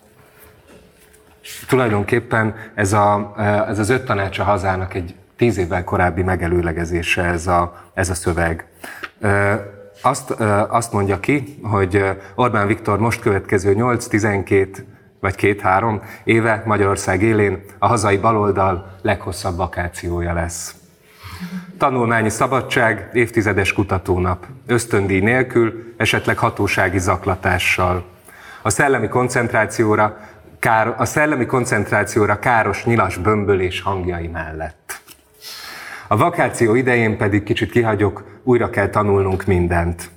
tulajdonképpen ez, a, ez az öt tanács a hazának egy tíz évvel korábbi megelőlegezése ez a, ez a szöveg. Uh, azt, uh, azt mondja ki, hogy Orbán Viktor most következő nyolc, tizenkét vagy két-három éve Magyarország élén a hazai baloldal leghosszabb vakációja lesz. Tanulmányi szabadság, évtizedes kutatónap, ösztöndíj nélkül, esetleg hatósági zaklatással. A szellemi koncentrációra, kár, a szellemi koncentrációra káros nyilas bömbölés hangjai mellett. A vakáció idején pedig kicsit kihagyok, újra kell tanulnunk mindent.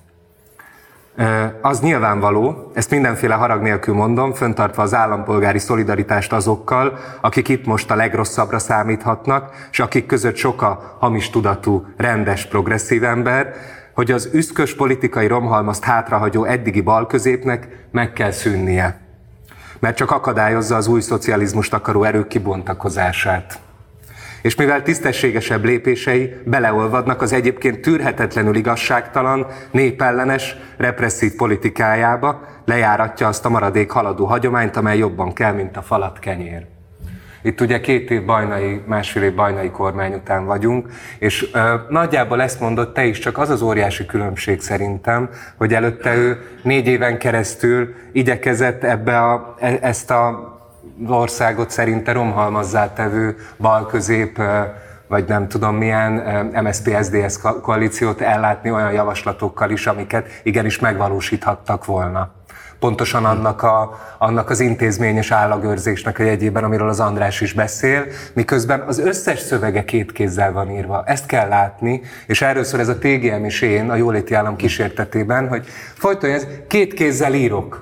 Az nyilvánvaló, ezt mindenféle harag nélkül mondom, fenntartva az állampolgári szolidaritást azokkal, akik itt most a legrosszabbra számíthatnak, és akik között sok a hamis tudatú, rendes, progresszív ember, hogy az üszkös politikai romhalmazt hátrahagyó eddigi balközépnek meg kell szűnnie, mert csak akadályozza az új szocializmust akaró erők kibontakozását. És mivel tisztességesebb lépései beleolvadnak az egyébként tűrhetetlenül igazságtalan, népellenes, represszív politikájába, lejáratja azt a maradék haladó hagyományt, amely jobban kell, mint a falat kenyér. Itt ugye két év bajnai, másfél év bajnai kormány után vagyunk, és ö, nagyjából ezt mondott te is, csak az az óriási különbség szerintem, hogy előtte ő négy éven keresztül igyekezett ebbe a, e, ezt a országot szerinte romhalmazzá tevő balközép, vagy nem tudom milyen em es zé pé es zé dé es koalíciót ellátni olyan javaslatokkal is, amiket igenis megvalósíthattak volna. Pontosan annak, a, annak az intézményes állagőrzésnek a jegyében, amiről az András is beszél, miközben az összes szövege két kézzel van írva. Ezt kell látni, és erről szól ez a té gé em és én a jóléti állam kísértetében, hogy folyton ez két kézzel írok.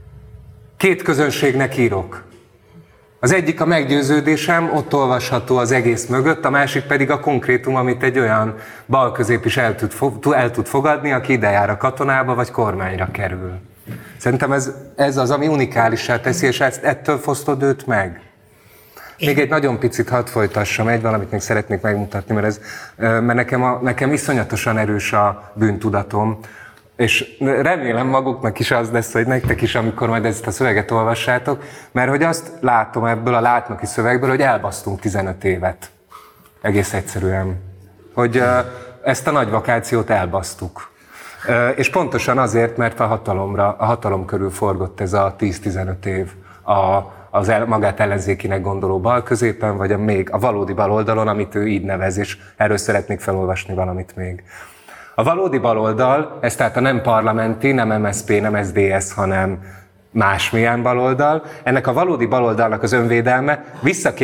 Két közönségnek írok. Az egyik a meggyőződésem, ott olvasható az egész mögött, a másik pedig a konkrétum, amit egy olyan balközép is el tud, el tud fogadni, aki ide jár a katonába, vagy kormányra kerül. Szerintem ez, ez az, ami unikálissá teszi, és ezt, ettől fosztod őt meg. Még egy nagyon picit hadd folytassam, egy valamit még szeretnék megmutatni, mert, ez, mert nekem, a, nekem iszonyatosan erős a bűntudatom, és remélem maguknak is az lesz, hogy nektek is, amikor majd ezt a szöveget olvassátok, mert hogy azt látom ebből a látnoki szövegből, hogy elbasztunk tizenöt évet. Egész egyszerűen. Hogy ezt a nagy vakációt elbasztuk. És pontosan azért, mert a hatalomra, a hatalom körül forgott ez a tíz-tizenöt év a, az el, magát ellenzékinek gondoló balközépen, vagy a még a valódi baloldalon, amit ő így nevez, és erről szeretnék felolvasni valamit még. A valódi baloldal, ez tehát a nem parlamenti, nem em es zé pé, nem es zé dé es, hanem másmilyen baloldal, ennek a valódi baloldalnak az önvédelme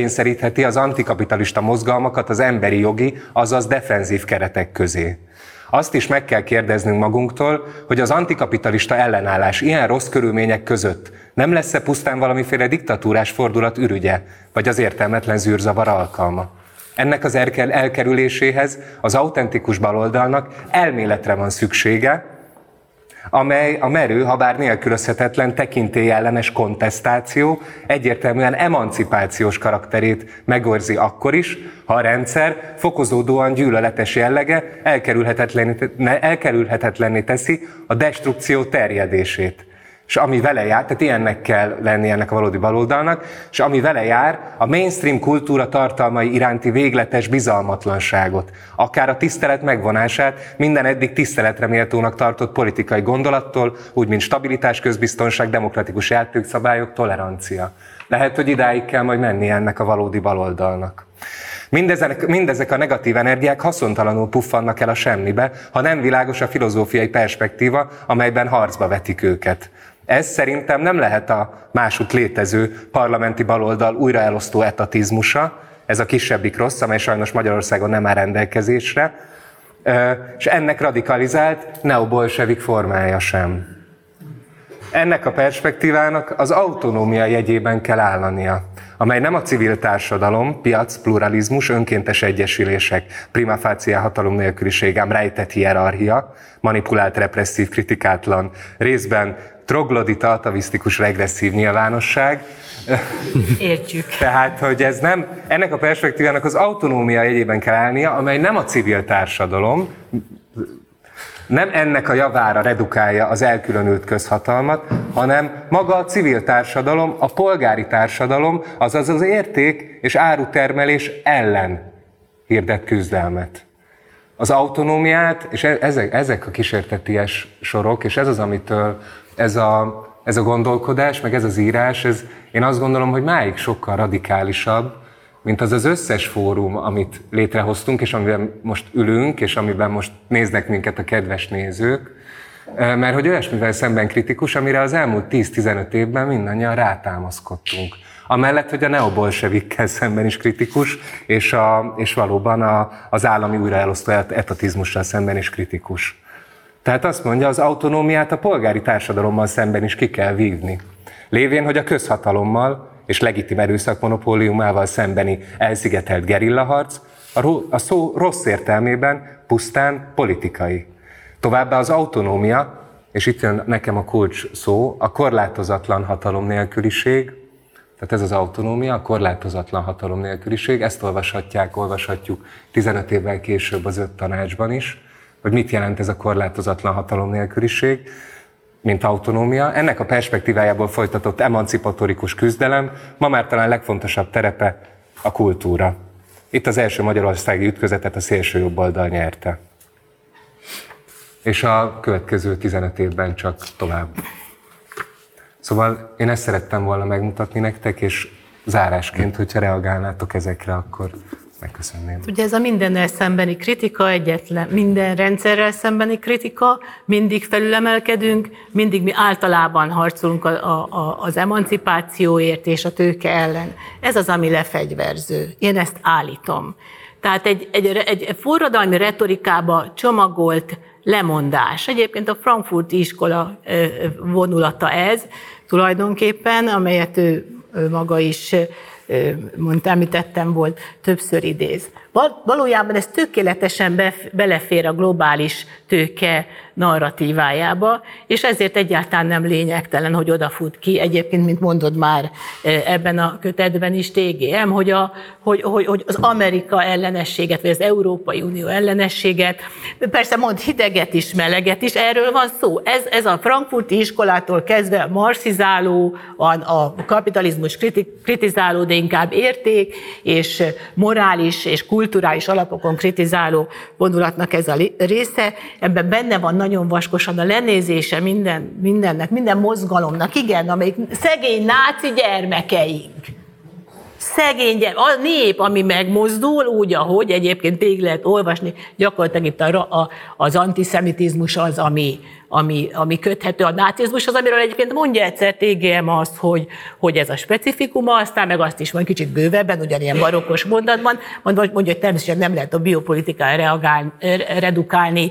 visszakényszerítheti az antikapitalista mozgalmakat az emberi jogi, azaz defenzív keretek közé. Azt is meg kell kérdeznünk magunktól, hogy az antikapitalista ellenállás ilyen rossz körülmények között nem lesz-e pusztán valamiféle diktatúrás fordulat ürügye, vagy az értelmetlen zűrzavar alkalma. Ennek az elkerüléséhez az autentikus baloldalnak elméletre van szüksége, amely a merő, habár nélkülözhetetlen tekintélyellenes kontesztáció egyértelműen emancipációs karakterét megőrzi akkor is, ha a rendszer fokozódóan gyűlöletes jellege elkerülhetetlenné teszi a destrukció terjedését. És ami vele jár, tehát ilyennek kell lenni ennek a valódi baloldalnak, és ami vele jár, a mainstream kultúra tartalmai iránti végletes bizalmatlanságot, akár a tisztelet megvonását minden eddig tiszteletre méltónak tartott politikai gondolattól, úgy mint stabilitás, közbiztonság, demokratikus játékszabályok, tolerancia. Lehet, hogy idáig kell majd menni ennek a valódi baloldalnak. Mindezek, mindezek a negatív energiák haszontalanul puffannak el a semmibe, ha nem világos a filozófiai perspektíva, amelyben harcba vetik őket. Ez szerintem nem lehet a másút létező parlamenti baloldal újraelosztó etatizmusa, ez a kisebbik rossz, amely sajnos Magyarországon nem áll rendelkezésre, és ennek radikalizált neobolsevik formája sem. Ennek a perspektívának az autonómia jegyében kell állnia, amely nem a civil társadalom, piac, pluralizmus, önkéntes egyesülések, prima facie hatalom nélküliség, ám rejtett hierarchia, manipulált, represszív, kritikátlan, részben troglodita, atavisztikus, regresszív nyilvánosság. Értjük. Tehát, hogy ez nem, ennek a perspektívának az autonómia jegyében kell állnia, amely nem a civil társadalom, nem ennek a javára redukálja az elkülönült közhatalmat, hanem maga a civil társadalom, a polgári társadalom, azaz az érték és árutermelés ellen hirdet küzdelmet. Az autonómiát, és ezek, ezek a kísérteties sorok, és ez az, amitől ez a, ez a gondolkodás, meg ez az írás, ez, én azt gondolom, hogy máig sokkal radikálisabb, mint az az összes fórum, amit létrehoztunk, és amiben most ülünk, és amiben most néznek minket a kedves nézők, mert hogy olyasmivel szemben kritikus, amire az elmúlt tíz-tizenöt évben mindannyian rátámaszkodtunk. Amellett, hogy a neobolsevikkel szemben is kritikus, és, a, és valóban a, az állami újraelosztó etatizmussal szemben is kritikus. Tehát azt mondja, az autonómiát a polgári társadalommal szemben is ki kell vívni. Lévén, hogy a közhatalommal és legitim erőszak monopóliumával szembeni elszigetelt gerillaharc a, a szó rossz értelmében pusztán politikai. Továbbá az autonómia, és itt jön nekem a kulcs szó, a korlátozatlan hatalom nélküliség, tehát ez az autonómia, a korlátozatlan hatalom nélküliség, ezt olvashatják, olvashatjuk tizenöt évvel később az öt tanácsban is, hogy mit jelent ez a korlátozatlan hatalom nélküliség, mint autonómia. Ennek a perspektívájából folytatott emancipatorikus küzdelem ma már talán legfontosabb terepe a kultúra. Itt az első magyarországi ütközetet a szélső jobboldal nyerte. És a következő tizenöt évben csak tovább. Szóval én ezt szerettem volna megmutatni nektek, és zárásként, hogyha reagálnátok ezekre, akkor megköszönném. Ugye ez a mindennel szembeni kritika egyetlen, minden rendszerrel szembeni kritika, mindig felülemelkedünk, mindig mi általában harcolunk a, a, az emancipációért és a tőke ellen. Ez az, ami lefegyverző. Én ezt állítom. Tehát egy, egy, egy forradalmi retorikába csomagolt lemondás. Egyébként a frankfurti iskola vonulata ez tulajdonképpen, amelyet ő, ő maga is mondta, említettem, volt, többször idéz. Valójában ez tökéletesen belefér a globális tőke narratívájába, és ezért egyáltalán nem lényegtelen, hogy odafut ki. Egyébként, mint mondod már ebben a kötetben is té gé em, hogy, a, hogy, hogy, hogy az Amerika ellenességet, vagy az Európai Unió ellenességet, persze mond hideget is, meleget is, erről van szó. Ez, ez a frankfurti iskolától kezdve marxizáló, a, a kapitalizmus kritizáló, de inkább érték, és morális, és kulturális alapokon kritizáló vonulatnak ez a része. Ebben benne van nagyon vaskosan a lenézése minden, mindennek, minden mozgalomnak, igen, amelyik szegény náci gyermekeink. Szegény gyermek, a nép, ami megmozdul, úgy, ahogy egyébként végig lehet olvasni, gyakorlatilag itt a, a, az antiszemitizmus az, ami, ami, ami köthető a nácizmushoz, amiről egyébként mondja egyszer té gé em azt, hogy, hogy ez a specifikuma, aztán meg azt is majd kicsit bővebben, ugyanilyen barokkos mondatban, mondja, hogy természetesen nem lehet a biopolitikára reagálni, redukálni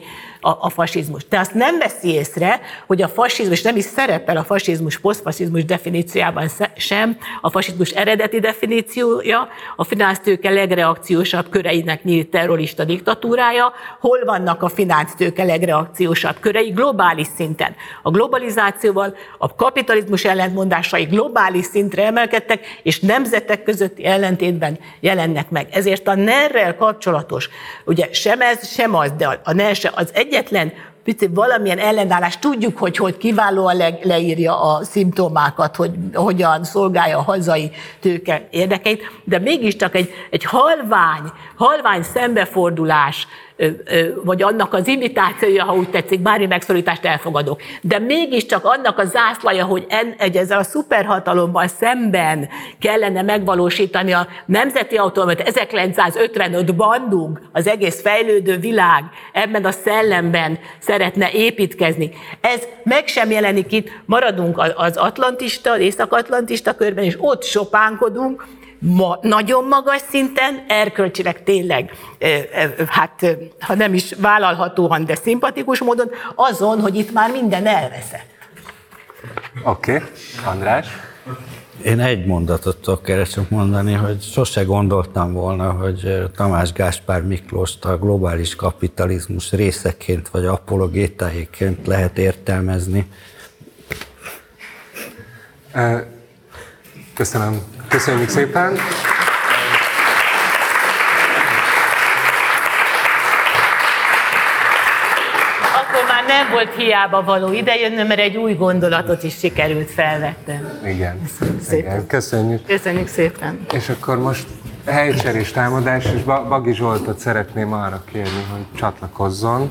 a, a fasizmus. De azt nem veszi észre, hogy a fasizmus nem is szerepel a fasizmus, posztfasizmus definíciójában sem, a fasizmus eredeti definíciója, a finansztőke legreakciósabb köreinek nyílt terrorista diktatúrája. Hol vannak a finansztőke legreakciósabb körei? Globális szinten. A globalizációval a kapitalizmus ellentmondásai globális szintre emelkedtek, és nemzetek közötti ellentétben jelennek meg. Ezért a nerrel kapcsolatos, ugye sem ez, sem az, de a ner az egyetlen valamilyen ellenállás, tudjuk, hogy, hogy kiválóan le, leírja a szimptomákat, hogy hogyan szolgálja a hazai tőke érdekeit, de mégiscsak egy, egy halvány, halvány szembefordulás, vagy annak az imitációja, ha úgy tetszik, bármi megszorítást elfogadok. De mégiscsak annak a zászlaja, hogy en, egy, ezzel a szuperhatalommal szemben kellene megvalósítani a nemzeti autonómiát, ezerkilencszázötvenöt bandung, az egész fejlődő világ ebben a szellemben szeretne építkezni. Ez meg sem jelenik itt, maradunk az atlantista, az észak-atlantista körben, és ott sopánkodunk, Ma, nagyon magas szinten, erkölcsileg tényleg, hát ha nem is vállalhatóan, de szimpatikus módon, azon, hogy itt már minden elveszett. Oké, okay. András? Én egy mondatot tudok erre csak mondani, hogy sose gondoltam volna, hogy Tamás Gáspár Miklóst a globális kapitalizmus részeként vagy apologétáiként lehet értelmezni. Köszönöm. Köszönjük szépen. Akkor már nem volt hiába való idejönnöm, mert egy új gondolatot is sikerült felvettem. Igen. Köszönjük szépen. Igen. Köszönjük. Köszönjük szépen. És akkor most helycserés támadás, és Bagi Zsoltot szeretném arra kérni, hogy csatlakozzon.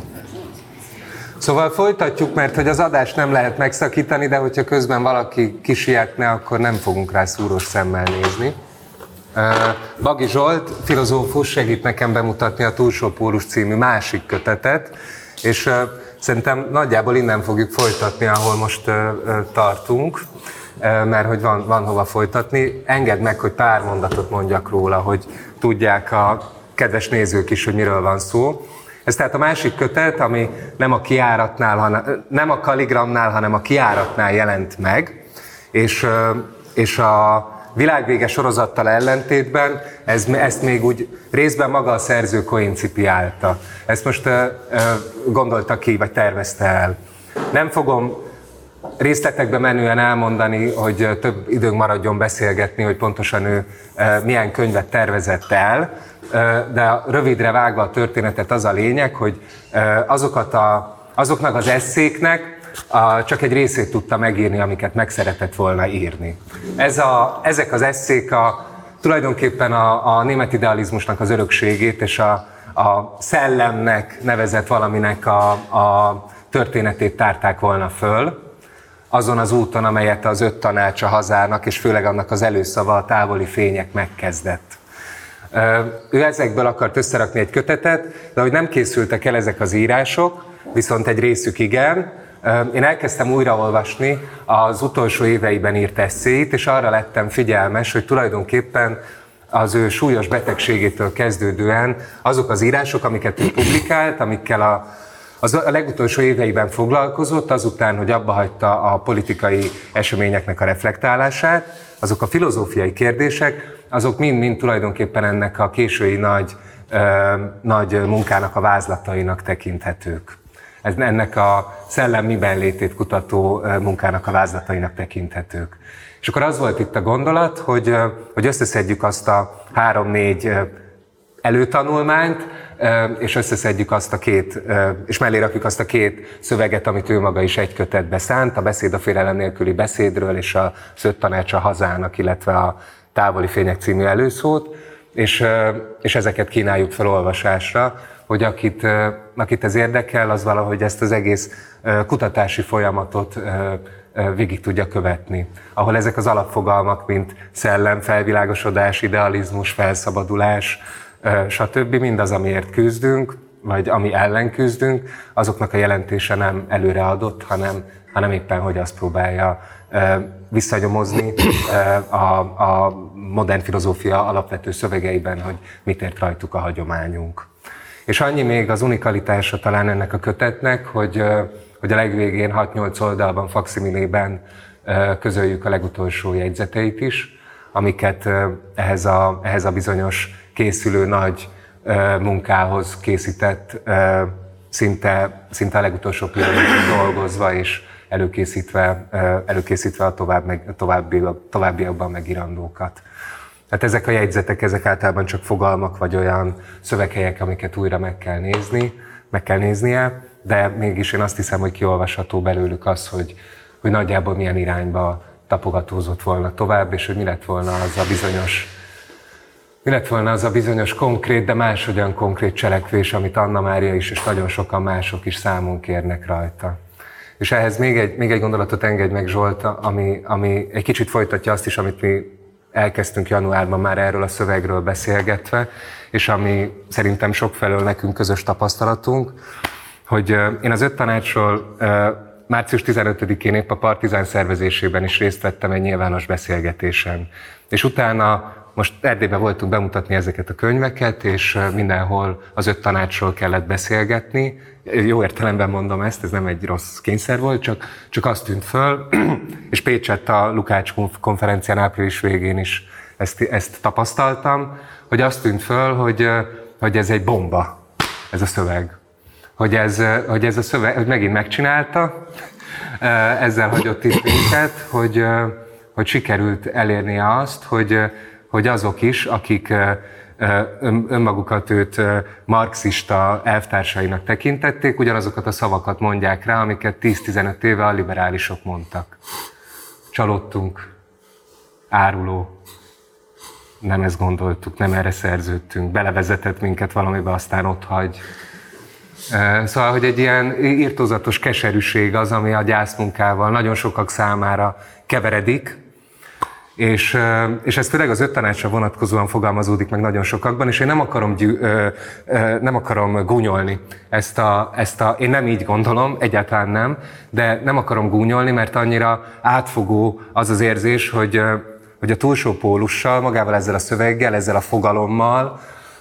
Szóval folytatjuk, mert hogy az adást nem lehet megszakítani, de hogyha közben valaki kisietne, akkor nem fogunk rá szúrós szemmel nézni. Bagi Zsolt, filozófus, segít nekem bemutatni a Túlsó Pólus című másik kötetet, és szerintem nagyjából innen fogjuk folytatni, ahol most tartunk, mert hogy van, van hova folytatni. Engedd meg, hogy pár mondatot mondjak róla, hogy tudják a kedves nézők is, hogy miről van szó. Ez tehát a másik kötet, ami nem a kiáratnál, hanem, nem a Kaligramnál, hanem a kiáratnál jelent meg, és, és a Világvége sorozattal ellentétben ez, ezt még úgy részben maga a szerző koincipiálta. Ezt most uh, uh, gondolta ki, vagy tervezte el. Nem fogom részletekbe menően elmondani, hogy több időnk maradjon beszélgetni, hogy pontosan ő uh, milyen könyvet tervezett el, de rövidre vágva a történetet az a lényeg, hogy azokat a, azoknak az esszéknek a, csak egy részét tudta megírni, amiket meg szeretett volna írni. Ez a, ezek az esszék a, tulajdonképpen a, a német idealizmusnak az örökségét és a, a szellemnek nevezett valaminek a, a történetét tárták volna föl, azon az úton, amelyet az öt tanács a hazának, és főleg annak az előszava a Távoli fények megkezdett. Ő ezekből akart összerakni egy kötetet, de hogy nem készültek el ezek az írások, viszont egy részük igen. Én elkezdtem újraolvasni az utolsó éveiben írt esszéit, és arra lettem figyelmes, hogy tulajdonképpen az ő súlyos betegségétől kezdődően azok az írások, amiket ő publikált, amikkel a, az a legutolsó éveiben foglalkozott, azután, hogy abbahagyta a politikai eseményeknek a reflektálását, azok a filozófiai kérdések, azok mind-mind tulajdonképpen ennek a késői nagy, ö, nagy munkának a vázlatainak tekinthetők. Ez ennek a szellem miben létét kutató munkának a vázlatainak tekinthetők. És akkor az volt itt a gondolat, hogy, hogy összeszedjük azt a három-négy előtanulmányt, és összeszedjük azt a két, és mellé rakjuk azt a két szöveget, amit ő maga is egy kötetbe szánt, a Beszéd a félelem nélküli beszédről, és a Öt tanács a hazának, illetve a Távoli fények című előszót, és, és ezeket kínáljuk fel olvasásra, hogy akit, akit ez érdekel, az valahogy ezt az egész kutatási folyamatot végig tudja követni. Ahol ezek az alapfogalmak, mint szellem, felvilágosodás, idealizmus, felszabadulás, stb. Mindaz, amiért küzdünk, vagy ami ellen küzdünk, azoknak a jelentése nem előreadott, hanem, hanem éppen, hogy azt próbálja visszanyomozni a, a modern filozófia alapvető szövegeiben, hogy mit ért rajtuk a hagyományunk. És annyi még az unikalitása talán ennek a kötetnek, hogy, hogy a legvégén hat-nyolc oldalban, faksimilében közöljük a legutolsó jegyzeteit is, amiket ehhez a, ehhez a bizonyos készülő nagy munkához készített, szinte, szinte a legutolsó pillanatban dolgozva és előkészítve, előkészítve a tovább, meg, további, továbbiakban megírandókat. Tehát ezek a jegyzetek, ezek általában csak fogalmak, vagy olyan szöveghelyek, amiket újra meg kell nézni, meg kell néznie, de mégis én azt hiszem, hogy kiolvasható belőlük az, hogy, hogy nagyjából milyen irányba tapogatózott volna tovább, és hogy mi lett volna az a bizonyos, mi lett volna az a bizonyos konkrét, de máshogyan konkrét cselekvés, amit Anna Mária is, és nagyon sokan mások is számon kérnek rajta. És ehhez még egy, még egy gondolatot engedj meg, Zsolt, ami, ami egy kicsit folytatja azt is, amit mi elkezdtünk januárban már erről a szövegről beszélgetve, és ami szerintem sokfelől nekünk közös tapasztalatunk, hogy én az öt tanácsról március tizenötödikén épp a Partizán szervezésében is részt vettem egy nyilvános beszélgetésen. És utána most Erdélyben voltunk bemutatni ezeket a könyveket, és mindenhol az öt tanácsról kellett beszélgetni. Jó értelemben mondom ezt, ez nem egy rossz kényszer volt, csak, csak azt tűnt föl, és Pécsett a Lukács konferencián április végén is ezt, ezt tapasztaltam, hogy azt tűnt föl, hogy, hogy ez egy bomba, ez a szöveg. Hogy ez, hogy ez a szöveg, hogy megint megcsinálta, ezzel hagyott itt minket, hogy, hogy sikerült elérnie azt, hogy, hogy azok is, akik önmagukat őt marxista elvtársainak tekintették, ugyanazokat a szavakat mondják rá, amiket tíz-tizenöt éve a liberálisok mondtak. Csalódtunk, áruló, nem ezt gondoltuk, nem erre szerződtünk, belevezetett minket valamibe, aztán ott hagy. Szóval, hogy egy ilyen irtózatos keserűség az, ami a gyászmunkával nagyon sokak számára keveredik, és, és ez főleg az öt tanácsra vonatkozóan fogalmazódik meg nagyon sokakban, és én nem akarom, gyű, nem akarom gúnyolni ezt a, ezt a, én nem így gondolom, egyáltalán nem, de nem akarom gúnyolni, mert annyira átfogó az az érzés, hogy, hogy a túlsó pólussal, magával ezzel a szöveggel, ezzel a fogalommal,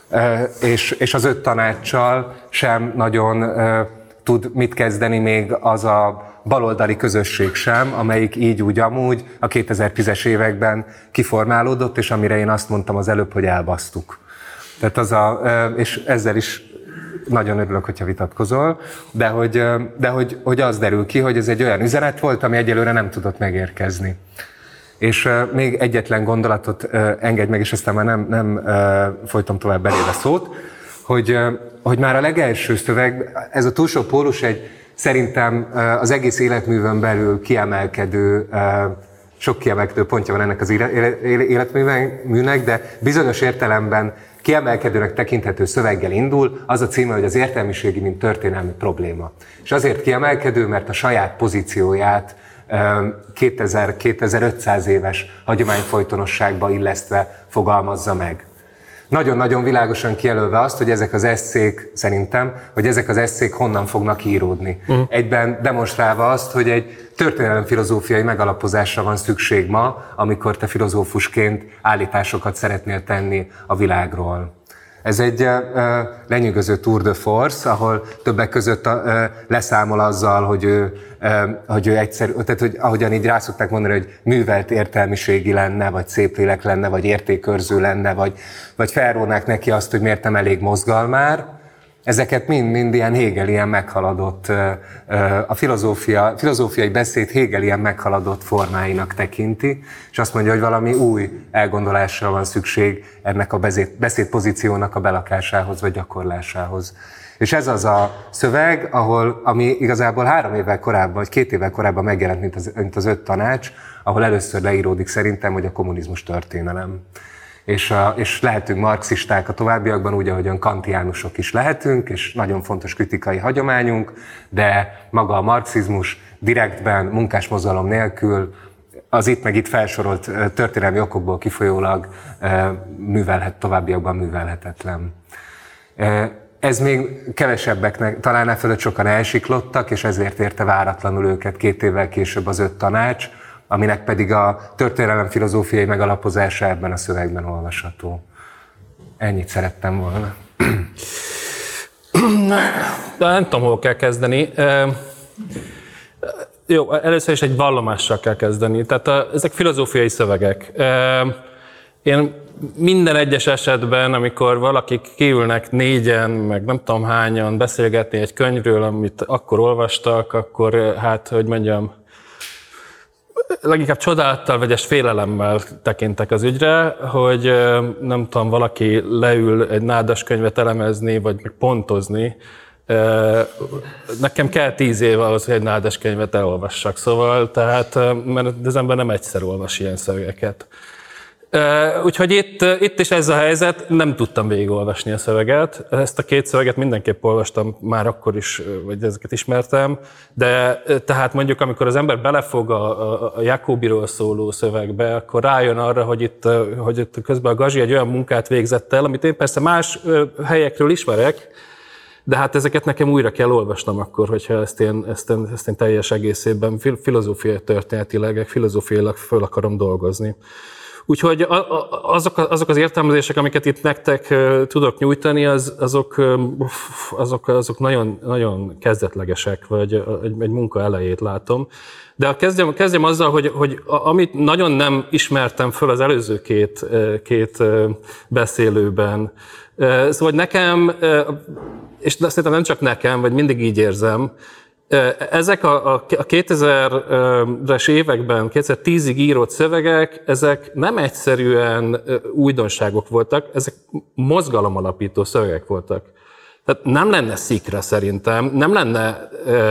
és, és az öt tanácssal sem nagyon tud mit kezdeni még az a baloldali közösség sem, amelyik így úgy amúgy a kétezer-tízes években kiformálódott, és amire én azt mondtam az előbb, hogy elbasztuk. Tehát az a, és ezzel is nagyon örülök, hogyha vitatkozol, de, hogy, de hogy, hogy az derül ki, hogy ez egy olyan üzenet volt, ami egyelőre nem tudott megérkezni. És uh, még egyetlen gondolatot uh, engedj meg, és aztán már nem, nem uh, folytom tovább beléd a szót, hogy, uh, hogy már a legelső szöveg, ez a túlsó pólus egy szerintem uh, az egész életművön belül kiemelkedő, uh, sok kiemelkedő pontja van ennek az életműnek, de bizonyos értelemben kiemelkedőnek tekinthető szöveggel indul, az a címe, hogy az értelmiségi, mint történelmi probléma. És azért kiemelkedő, mert a saját pozícióját kétezer-kétezer-ötszáz éves hagyományfolytonosságba illesztve fogalmazza meg. Nagyon-nagyon világosan kijelölve azt, hogy ezek az esszék, szerintem, hogy ezek az esszék honnan fognak íródni. Uh-huh. Egyben demonstrálva azt, hogy egy történelemfilozófiai megalapozásra van szükség ma, amikor te filozófusként állításokat szeretnél tenni a világról. Ez egy uh, lenyűgöző tour de force, ahol többek között uh, leszámol azzal, hogy ő, uh, hogy ő egyszerű, tehát hogy ahogyan így rá szokták mondani, hogy művelt értelmiségi lenne, vagy szép lélek lenne, vagy értékőrző lenne, vagy, vagy felrónák neki azt, hogy miért nem elég mozgalmár. Ezeket mind-mind ilyen Hegelien meghaladott, a filozófia, filozófiai beszéd Hegelien meghaladott formáinak tekinti, és azt mondja, hogy valami új elgondolásra van szükség ennek a beszédpozíciónak a belakásához vagy gyakorlásához. És ez az a szöveg, ahol, ami igazából három évvel korábban, vagy két évvel korábban megjelent, mint az, mint az öt tanács, ahol először leíródik szerintem, hogy a kommunizmus történelem. És, a, és lehetünk marxisták a továbbiakban, úgy, ahogyan kantiánusok is lehetünk, és nagyon fontos kritikai hagyományunk, de maga a marxizmus direktben, munkásmozgalom nélkül, az itt meg itt felsorolt történelmi okokból kifolyólag művelhet, továbbiakban művelhetetlen. Ez még kevesebbeknek, talán e fölött sokan elsiklottak, és ezért érte váratlanul őket két évvel később az öt tanács, aminek pedig a történelem filozófiai megalapozása ebben a szövegben olvasható. Ennyit szerettem volna. De nem tudom, hol kell kezdeni. Jó, először is egy vallomással kell kezdeni. Tehát a, ezek filozófiai szövegek. Én minden egyes esetben, amikor valakik kiülnek négyen, meg nem tudom hányan beszélgetni egy könyvről, amit akkor olvastak, akkor hát, hogy mondjam, leginkább csodálattal, vegyes félelemmel tekintek az ügyre, hogy nem tudom, valaki leül egy nádas könyvet elemezni, vagy meg pontozni. Nekem kell tíz év ahhoz, hogy egy nádas könyvet elolvassak, szóval, tehát, mert az ember nem egyszer olvas ilyen szövegeket. Úgyhogy itt, itt is ez a helyzet, nem tudtam végigolvasni a szöveget. Ezt a két szöveget mindenképp olvastam, már akkor is, vagy ezeket ismertem, de tehát mondjuk, amikor az ember belefog a, a Jacobiról szóló szövegbe, akkor rájön arra, hogy itt, hogy itt közben a Gazi egy olyan munkát végzett el, amit én persze más helyekről ismerek, de hát ezeket nekem újra kell olvasnom akkor, hogyha ezt én, ezt én, ezt én teljes egészében filozófiai történetileg, filozófiailag föl akarom dolgozni. Úgyhogy azok, azok az értelmezések, amiket itt nektek tudok nyújtani, az, azok, azok, azok nagyon, nagyon kezdetlegesek, vagy egy, egy munka elejét látom. De kezdjem, kezdjem azzal, hogy, hogy amit nagyon nem ismertem föl az előző két, két beszélőben. Szóval nekem, és szerintem nem csak nekem, vagy mindig így érzem, ezek a, a kétezres években, kétezer-tízig írott szövegek, ezek nem egyszerűen újdonságok voltak, ezek mozgalomalapító szövegek voltak. Tehát nem lenne szikra szerintem, nem lenne,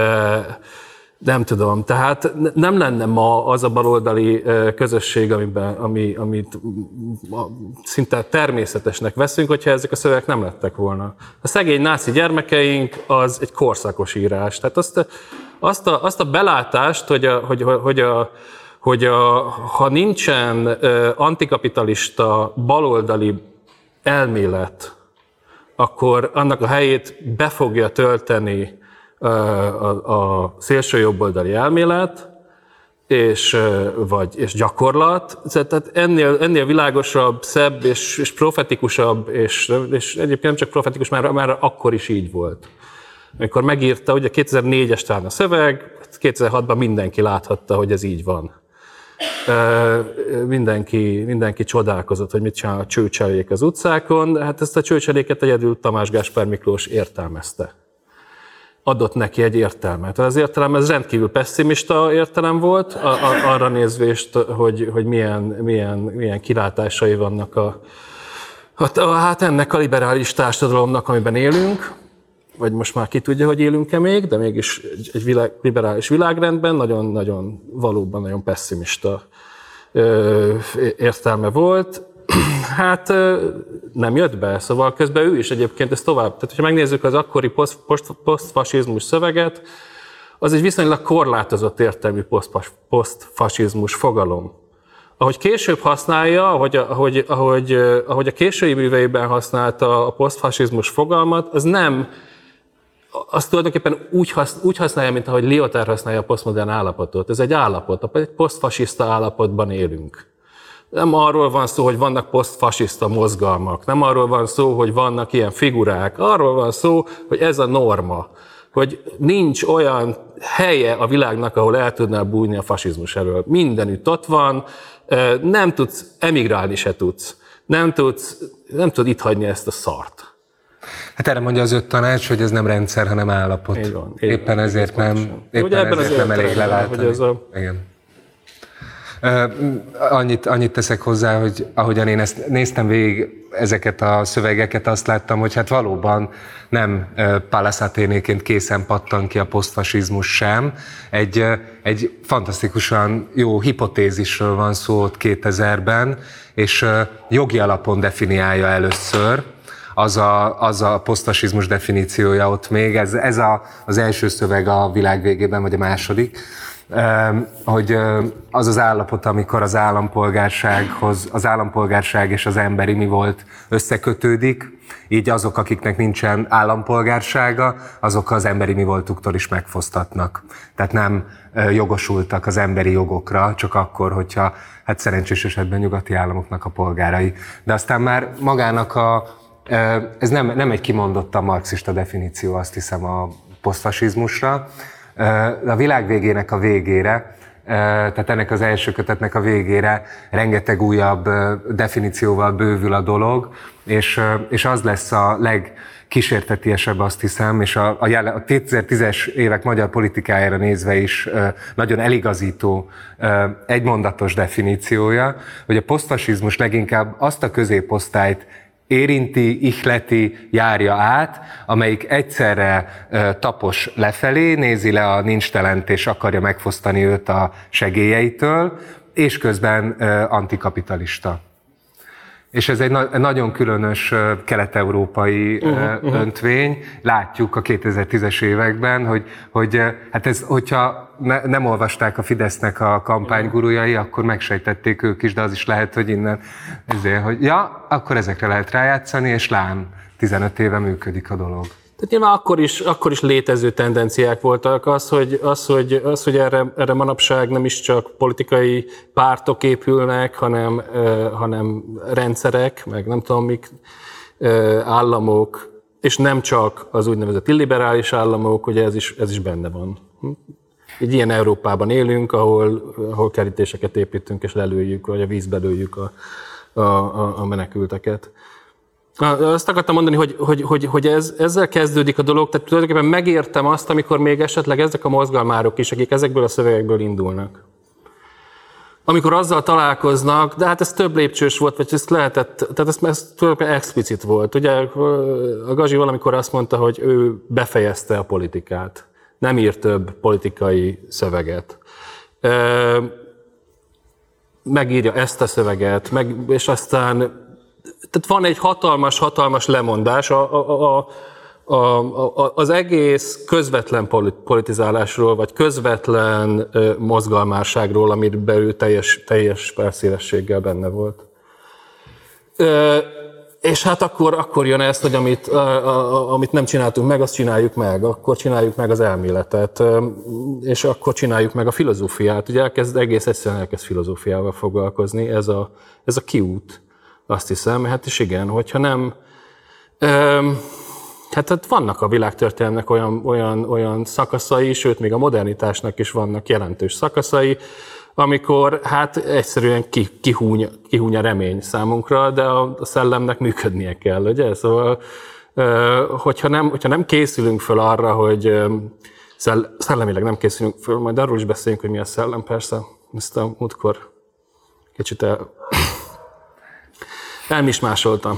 nem tudom, tehát nem lenne ma az a baloldali közösség, amiben, ami, amit szinte természetesnek veszünk, hogyha ezek a szövegek nem lettek volna. A szegény náci gyermekeink az egy korszakos írás. Tehát azt a, azt a, azt a belátást, hogy, a, hogy, hogy, a, hogy a, ha nincsen antikapitalista baloldali elmélet, akkor annak a helyét be fogja tölteni a, a, a szélsőjobboldali elmélet, és, vagy, és gyakorlat. Tehát ennél, ennél világosabb, szebb és, és profetikusabb, és, és egyébként nem csak profetikus, már, már akkor is így volt. Amikor megírta, ugye kétezer-négyes talán a szöveg, kétezer-hatban mindenki láthatta, hogy ez így van. Mindenki, mindenki csodálkozott, hogy mit csinál a csőcselék az utcákon, hát ezt a csőcseléket egyedül Tamás Gáspár Miklós értelmezte. Adott neki egy értelmet. Az értelem, ez rendkívül pesszimista értelem volt, a, a, arra nézvést, hogy, hogy milyen, milyen, milyen kilátásai vannak a, a, a, hát ennek a liberális társadalomnak, amiben élünk, vagy most már ki tudja, hogy élünk-e még, de mégis egy, egy világ, liberális világrendben nagyon-nagyon valóban nagyon pesszimista ö, értelme volt. Hát nem jött be, szóval közben ő is egyébként ez tovább. Tehát, hogyha megnézzük az akkori poszt, poszt, posztfasizmus szöveget, az egy viszonylag korlátozott értelmű posztfasizmus fogalom. Ahogy később használja, ahogy, ahogy, ahogy, ahogy a késői műveiben használta a posztfasizmus fogalmat, az nem, azt tulajdonképpen úgy, hasz, úgy használja, mint ahogy Lyotard használja a posztmodern állapotot. Ez egy állapot, egy posztfasiszta állapotban élünk. Nem arról van szó, hogy vannak posztfasiszta mozgalmak, nem arról van szó, hogy vannak ilyen figurák, arról van szó, hogy ez a norma, hogy nincs olyan helye a világnak, ahol el tudnál bújni a fasizmus elől. Mindenütt ott van, nem tudsz, emigrálni se tudsz, nem tudsz, nem tudod itt hagyni ezt a szart. Hát erre mondja az öt tanács, hogy ez nem rendszer, hanem állapot. Így van, így éppen van, ezért nem, éppen ebben ezért nem elég leváltani. Ez a... Igen. Uh, annyit, annyit teszek hozzá, hogy ahogyan én ezt néztem végig ezeket a szövegeket, azt láttam, hogy hát valóban nem uh, Pallas Athénéként készen pattan ki a posztfasizmus sem. Egy, uh, egy fantasztikusan jó hipotézisről van szó ott kétezerben, és uh, jogi alapon definiálja először. Az a, az a posztfasizmus definíciója ott még, ez, ez a, az első szöveg a világ végében, vagy a második, hogy az az állapot, amikor az állampolgársághoz, az állampolgárság és az emberi mi volt összekötődik, így azok, akiknek nincsen állampolgársága, azok az emberi mi voltuktól is megfosztatnak. Tehát nem jogosultak az emberi jogokra, csak akkor, hogyha hát szerencsés esetben nyugati államoknak a polgárai. De aztán már magának a Ez nem, nem egy kimondottan marxista definíció, azt hiszem, a posztfasizmusra. A világ végének a végére, tehát ennek az első kötetnek a végére rengeteg újabb definícióval bővül a dolog, és, és az lesz a legkísértetiesebb, azt hiszem, és a, a, a kétezer-tízes évek magyar politikájára nézve is nagyon eligazító egymondatos definíciója, hogy a posztfasizmus leginkább azt a középosztályt érinti, ihleti, járja át, amelyik egyszerre tapos lefelé, nézi le a nincstelent és akarja megfosztani őt a segélyeitől, és közben antikapitalista. És ez egy na- nagyon különös kelet-európai uh-huh, öntvény. Látjuk a kétezer-tízes években, hogy, hogy hát ez, hogyha ne, nem olvasták a Fidesznek a kampánygurujai, akkor megsejtették ők is, de az is lehet, hogy innen ezért, hogy ja, akkor ezekre lehet rájátszani, és lám, tizenöt éve működik a dolog. Tehát nyilván akkor is, akkor is létező tendenciák voltak, az, hogy, az, hogy, az, hogy erre, erre manapság nem is csak politikai pártok épülnek, hanem, uh, hanem rendszerek, meg nem tudom mik, uh, államok, és nem csak az úgynevezett illiberális államok, ugye ez is, ez is benne van. Egy ilyen Európában élünk, ahol, ahol kerítéseket építünk, és lelőjük, vagy a vízbe lőjük a, a, a, a menekülteket. Azt akartam mondani, hogy, hogy, hogy, hogy ez, ezzel kezdődik a dolog, tehát tulajdonképpen megértem azt, amikor még esetleg ezek a mozgalmárok is, akik ezekből a szövegekből indulnak. Amikor azzal találkoznak, de hát ez több lépcsős volt, vagy ezt lehetett, tehát ez, ez tulajdonképpen explicit volt. Ugye a Gazi valamikor azt mondta, hogy ő befejezte a politikát, nem ír több politikai szöveget. Megírja ezt a szöveget, meg, és aztán tehát van egy hatalmas, hatalmas lemondás a, a, a, a, a, az egész közvetlen politizálásról, vagy közvetlen mozgalmárságról, amiben ő teljes, teljes felszélességgel benne volt. És hát akkor, akkor jön ezt, hogy amit, a, a, amit nem csináltunk meg, azt csináljuk meg. Akkor csináljuk meg az elméletet, és akkor csináljuk meg a filozófiát. Ugye elkezd, egész egyszerűen elkezd filozófiával foglalkozni, ez a, ez a kiút. Azt hiszem, hát is igen, hogyha nem... Öm, hát, hát vannak a világtörténelemnek olyan, olyan, olyan szakaszai, sőt, még a modernitásnak is vannak jelentős szakaszai, amikor hát egyszerűen ki, kihúny, kihúny a remény számunkra, de a, a szellemnek működnie kell, ugye? Szóval, ö, hogyha, nem, hogyha nem készülünk föl arra, hogy szell, szellemileg nem készülünk föl, majd arról is beszéljünk, hogy mi a szellem, persze, ezt a múltkor kicsit el... Elmismásoltam.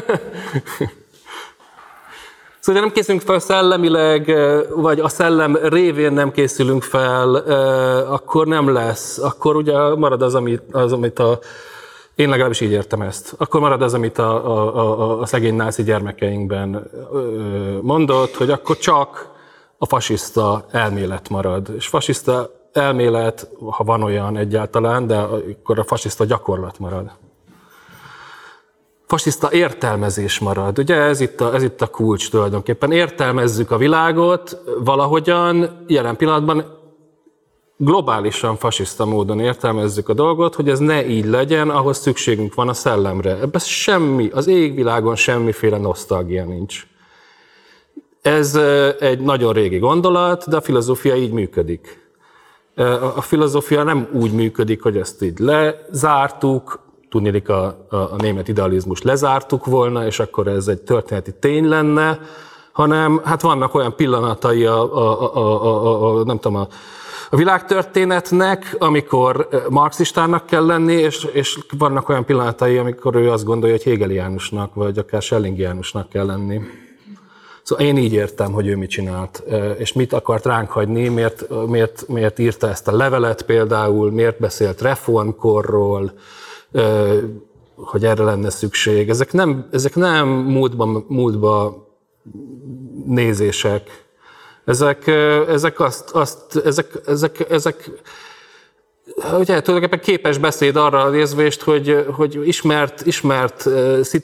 Szóval nem készülünk fel szellemileg, vagy a szellem révén nem készülünk fel, akkor nem lesz. Akkor ugye marad az, amit, az, amit a... Én legalábbis így értem ezt. Akkor marad az, amit a, a, a, a szegény náci gyermekeinkben mondott, hogy akkor csak a fasiszta elmélet marad. És fasiszta elmélet, ha van olyan egyáltalán, de akkor a fasiszta gyakorlat marad. Fasiszta értelmezés marad. Ugye ez itt, a, ez itt a kulcs tulajdonképpen. Értelmezzük a világot valahogyan, jelen pillanatban globálisan fasiszta módon értelmezzük a dolgot, hogy ez ne így legyen, ahhoz szükségünk van a szellemre. Ebben semmi, az égvilágon semmiféle nosztalgia nincs. Ez egy nagyon régi gondolat, de a filozófia így működik. A filozófia nem úgy működik, hogy ezt így lezártuk, tudnélik a, a, a német idealizmust lezártuk volna, és akkor ez egy történeti tény lenne, hanem hát vannak olyan pillanatai a, a, a, a, a, a nem tudom, a, a világtörténetnek, amikor marxistának kell lenni, és, és vannak olyan pillanatai, amikor ő azt gondolja, hogy hegeliánusnak, vagy akár schellingiánusnak kell lenni. Szóval én így értem, hogy ő mit csinált, és mit akart ránk hagyni, miért, miért, miért írta ezt a levelet például, miért beszélt reformkorról, hogy erre lenne szükség. Ezek nem, ezek nem múltba, múltba nézések. Ezek, ezek, azt, azt, ezek, ezek, ezek ugye, tulajdonképpen képes beszéd arra a nézvést, hogy, hogy ismert, ismert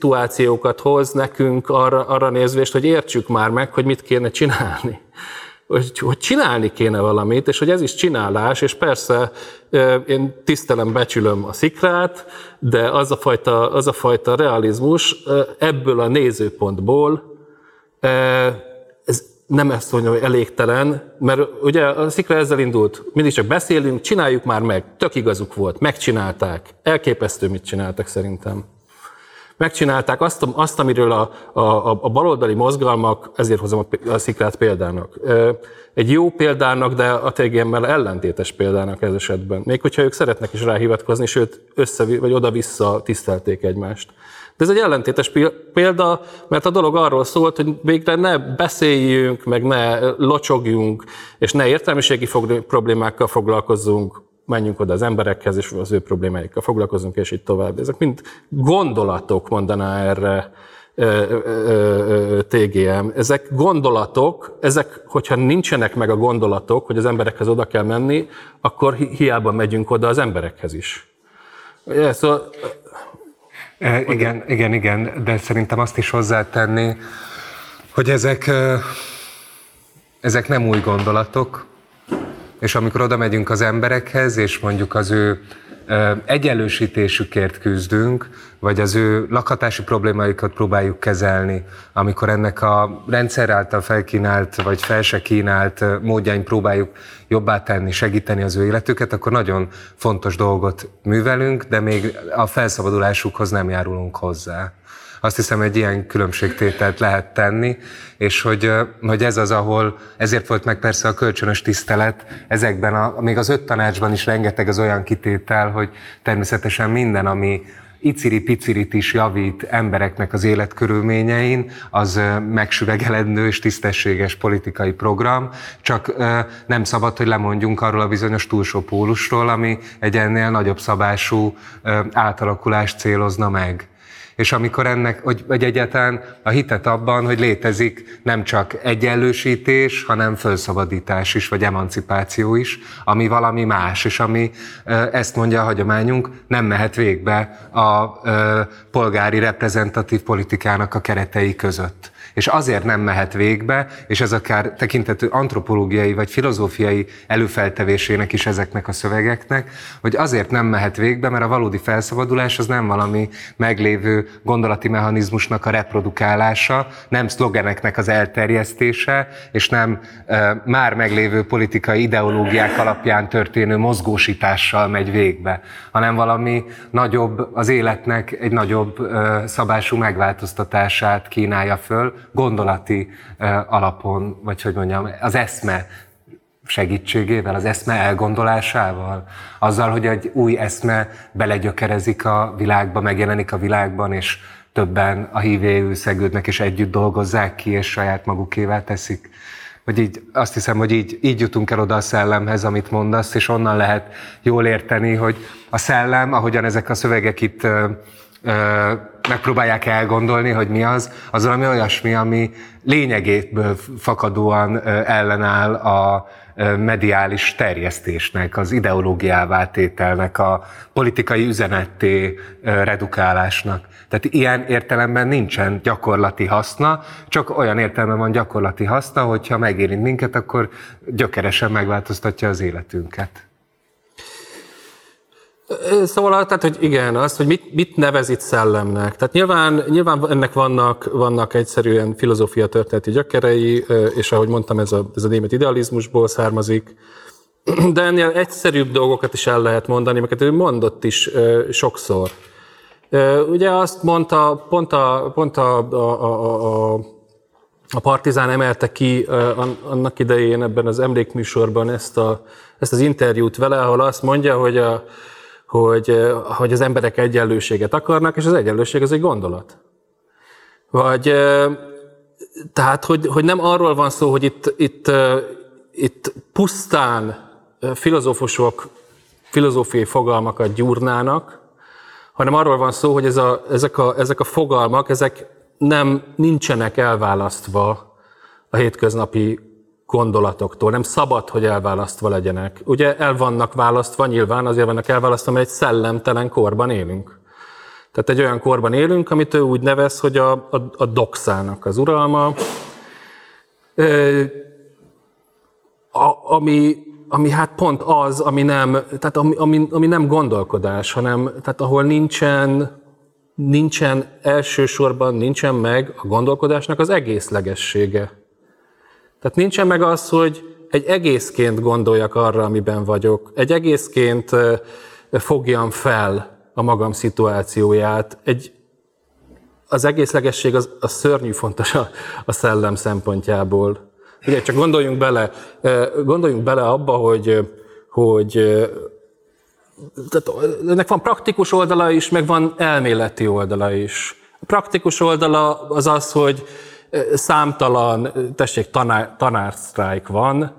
szituációkat hoz nekünk arra, arra nézvést, hogy értsük már meg, hogy mit kéne csinálni. hogy, hogy csinálni kéne valamit, és hogy ez is csinálás, és persze én tisztelem, becsülöm a Szikrát, de az a fajta, az a fajta realizmus ebből a nézőpontból, ez nem ezt mondja, hogy elégtelen, mert ugye a Szikra ezzel indult, mindig csak beszélünk, csináljuk már meg, tök igazuk volt, megcsinálták, elképesztő, mit csináltak szerintem. Megcsinálták azt, azt amiről a, a, a baloldali mozgalmak, ezért hozom a Szikrát példának. Egy jó példának, de a té gé em-mel ellentétes példának ez esetben. Még hogyha ők szeretnek is ráhivatkozni, sőt, össze, vagy oda-vissza tisztelték egymást. De ez egy ellentétes példa, mert a dolog arról szólt, hogy végre ne beszéljünk, meg ne locsogjunk, és ne értelmiségi problémákkal foglalkozzunk, menjünk oda az emberekhez, és az ő problémáikkal foglalkozunk, és így tovább. Ezek mind gondolatok, mondaná erre té gé em. Ezek gondolatok, ezek, hogyha nincsenek meg a gondolatok, hogy az emberekhez oda kell menni, akkor hiába megyünk oda az emberekhez is. Ja, szóval, e, igen, igen, igen, de szerintem azt is hozzátenni, hogy ezek, ezek nem új gondolatok, és amikor oda megyünk az emberekhez, és mondjuk az ő egyenlősítésükért küzdünk, vagy az ő lakhatási problémáikat próbáljuk kezelni, amikor ennek a rendszer által felkínált, vagy fel se kínált módjain próbáljuk jobbá tenni, segíteni az ő életüket, akkor nagyon fontos dolgot művelünk, de még a felszabadulásukhoz nem járulunk hozzá. Azt hiszem, egy ilyen különbségtételt lehet tenni, és hogy, hogy ez az, ahol, ezért volt meg persze a kölcsönös tisztelet, ezekben, a, még az öt tanácsban is rengeteg az olyan kitétel, hogy természetesen minden, ami iciri-picirit is javít embereknek az életkörülményein, az megsüvegelendő és tisztességes politikai program, csak nem szabad, hogy lemondjunk arról a bizonyos túlsó pólusról, ami egy ennél nagyobb szabású átalakulást célozna meg. És amikor ennek, hogy, vagy egyáltalán a hitet abban, hogy létezik nem csak egyenlősítés, hanem felszabadítás is, vagy emancipáció is, ami valami más, és ami, ezt mondja a hagyományunk, nem mehet végbe a polgári reprezentatív politikának a keretei között. És azért nem mehet végbe, és ez akár tekintető antropológiai vagy filozófiai előfeltevésének is ezeknek a szövegeknek, hogy azért nem mehet végbe, mert a valódi felszabadulás az nem valami meglévő gondolati mechanizmusnak a reprodukálása, nem szlogeneknek az elterjesztése, és nem e, már meglévő politikai ideológiák alapján történő mozgósítással megy végbe, hanem valami nagyobb, az életnek egy nagyobb e, szabású megváltoztatását kínálja föl, gondolati uh, alapon, vagy hogy mondjam, az eszme segítségével, az eszme elgondolásával, azzal, hogy egy új eszme belegyökerezik a világba, megjelenik a világban, és többen a hívéül szegődnek, és együtt dolgozzák ki, és saját magukévá teszik. Vagy így, azt hiszem, hogy így, így jutunk el oda a szellemhez, amit mondasz, és onnan lehet jól érteni, hogy a szellem, ahogyan ezek a szövegek itt uh, uh, megpróbálják elgondolni, hogy mi az, az valami olyasmi, ami lényegéből fakadóan ellenáll a mediális terjesztésnek, az ideológiává tételnek, a politikai üzenetté redukálásnak. Tehát ilyen értelemben nincsen gyakorlati haszna, csak olyan értelemben van gyakorlati haszna, hogyha megérint minket, akkor gyökeresen megváltoztatja az életünket. Szóval, tehát, hogy igen, az, hogy mit, mit nevez itt szellemnek. Tehát nyilván, nyilván ennek vannak, vannak egyszerűen filozófia történeti gyökerei, és ahogy mondtam, ez a, ez a német idealizmusból származik, de ennél egyszerűbb dolgokat is el lehet mondani, mert ő mondott is sokszor. Ugye azt mondta, pont a, pont a, a, a, a Partizán emelte ki annak idején ebben az emlékműsorban ezt, a, ezt az interjút vele, ahol azt mondja, hogy a Hogy, hogy az emberek egyenlőséget akarnak, és az egyenlőség az egy gondolat. Vagy, tehát, hogy, hogy nem arról van szó, hogy itt, itt, itt pusztán filozófusok filozófiai fogalmakat gyúrnának, hanem arról van szó, hogy ez a, ezek, a, ezek a fogalmak, ezek nem nincsenek elválasztva a hétköznapi gondolatoktól, nem szabad, hogy elválasztva legyenek. Ugye el vannak választva, nyilván azért vannak elválasztva, mert egy szellemtelen korban élünk. Tehát egy olyan korban élünk, amit ő úgy nevez, hogy a, a, a doxának az uralma. a, ami, ami hát pont az, ami nem, tehát ami, ami, ami nem gondolkodás, hanem tehát ahol nincsen, nincsen elsősorban, nincsen meg a gondolkodásnak az egészlegessége. Tehát nincsen meg az, hogy egy egészként gondoljak arra, amiben vagyok, egy egészként fogjam fel a magam szituációját. Egy, az egészlegesség az, az szörnyű fontos a, a szellem szempontjából. Ugye, csak gondoljunk bele, gondoljunk bele abba, hogy, hogy tehát ennek van praktikus oldala is, meg van elméleti oldala is. A praktikus oldala az az, hogy számtalan, tessék, tanár, tanársztrájk van.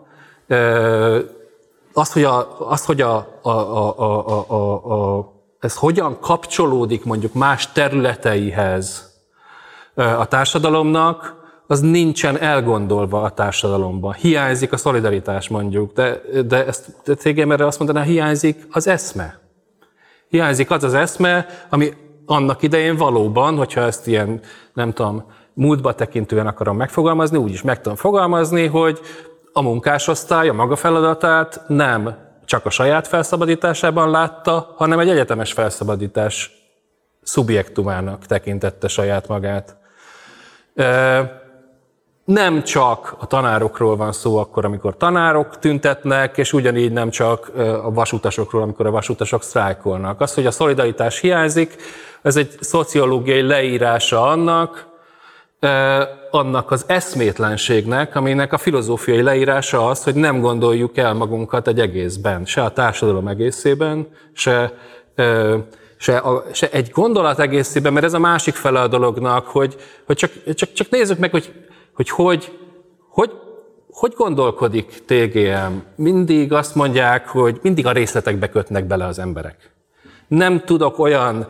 Az, hogy, a, az, hogy a, a, a, a, a, a, ez hogyan kapcsolódik mondjuk más területeihez a társadalomnak, az nincsen elgondolva a társadalomban. Hiányzik a szolidaritás mondjuk, de, de ezt té gé em erre azt mondaná, hiányzik az eszme. Hiányzik az az eszme, ami annak idején valóban, hogyha ezt ilyen, nem tudom, múltba tekintően akarom megfogalmazni, úgy is meg tudom fogalmazni, hogy a munkásosztály a maga feladatát nem csak a saját felszabadításában látta, hanem egy egyetemes felszabadítás szubjektumának tekintette saját magát. Nem csak a tanárokról van szó akkor, amikor tanárok tüntetnek, és ugyanígy nem csak a vasutasokról, amikor a vasutasok sztrájkolnak. Az, hogy a szolidaritás hiányzik, ez egy szociológiai leírása annak, annak az eszmétlenségnek, aminek a filozófiai leírása az, hogy nem gondoljuk el magunkat egy egészben, se a társadalom egészében, se, se, a, se egy gondolat egészében, mert ez a másik fele a dolognak, hogy, hogy csak, csak, csak nézzük meg, hogy hogy hogy, hogy hogy gondolkodik té gé em. Mindig azt mondják, hogy mindig a részletekbe kötnek bele az emberek. Nem tudok olyan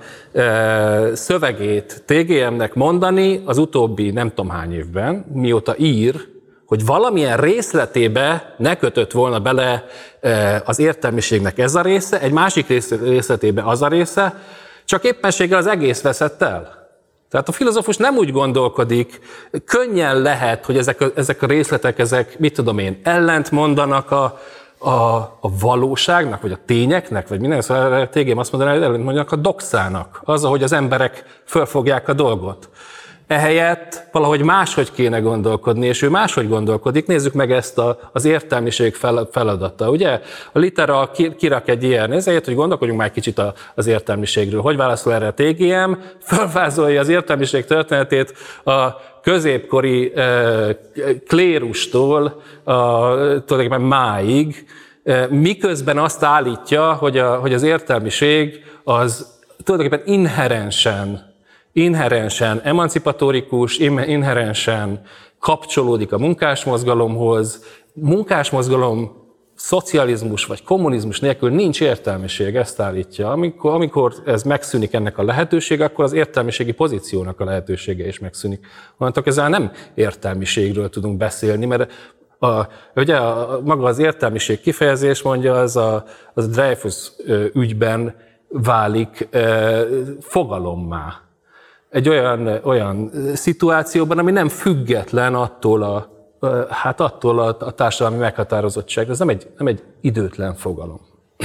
e, szövegét té gé emnek mondani az utóbbi nem tudom hány évben, mióta ír, hogy valamilyen részletébe ne kötött volna bele e, az értelmiségnek ez a része, egy másik részletébe az a része, csak éppenséggel az egész veszett el. Tehát a filozófus nem úgy gondolkodik, könnyen lehet, hogy ezek a, ezek a részletek, ezek, mit tudom én, ellent mondanak a, a, a valóságnak, vagy a tényeknek, vagy minden, szóval té gé em azt mondaná, hogy ellent mondanak a doxának, az, ahogy az emberek fölfogják a dolgot. Ehelyett valahogy máshogy kéne gondolkodni, és ő máshogy gondolkodik. Nézzük meg ezt a, az értelmiség feladata. Ugye a litera kirak egy ilyen ezért, hogy gondolkodjunk már egy kicsit a, az értelmiségről. Hogy válaszol erre a té gé em? Fölvázolja az értelmiség történetét a középkori e, klérustól a, tulajdonképpen máig, e, miközben azt állítja, hogy, a, hogy az értelmiség az tulajdonképpen inherensen inherensen emancipatórikus, inherensen kapcsolódik a munkásmozgalomhoz. Munkásmozgalom, szocializmus vagy kommunizmus nélkül nincs értelmiség, ezt állítja. Amikor, amikor ez megszűnik ennek a lehetősége, akkor az értelmiségi pozíciónak a lehetősége is megszűnik. Onnantól ezzel nem értelmiségről tudunk beszélni, mert a, ugye a, maga az értelmiség kifejezés mondja, az a, az a Dreyfus ügyben válik e, fogalommá. Egy olyan, olyan szituációban, ami nem független attól a, hát attól a, a társadalmi meghatározottságra. Ez nem egy, nem egy időtlen fogalom.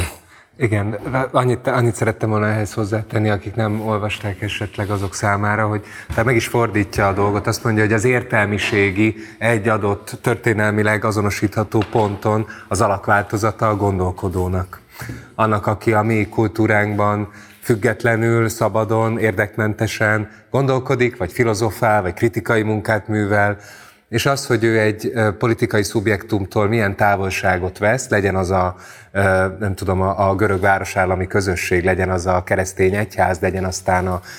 Igen, annyit, annyit szerettem volna ehhez hozzátenni, akik nem olvasták esetleg azok számára, hogy tehát meg is fordítja a dolgot, azt mondja, hogy az értelmiségi egy adott történelmileg azonosítható ponton az alakváltozata a gondolkodónak. Annak, aki a mi kultúránkban függetlenül, szabadon, érdekmentesen gondolkodik, vagy filozofál, vagy kritikai munkát művel, és az, hogy ő egy politikai szubjektumtól milyen távolságot vesz, legyen az a, nem tudom, a görög városállami közösség, legyen az a keresztény egyház, legyen aztán a,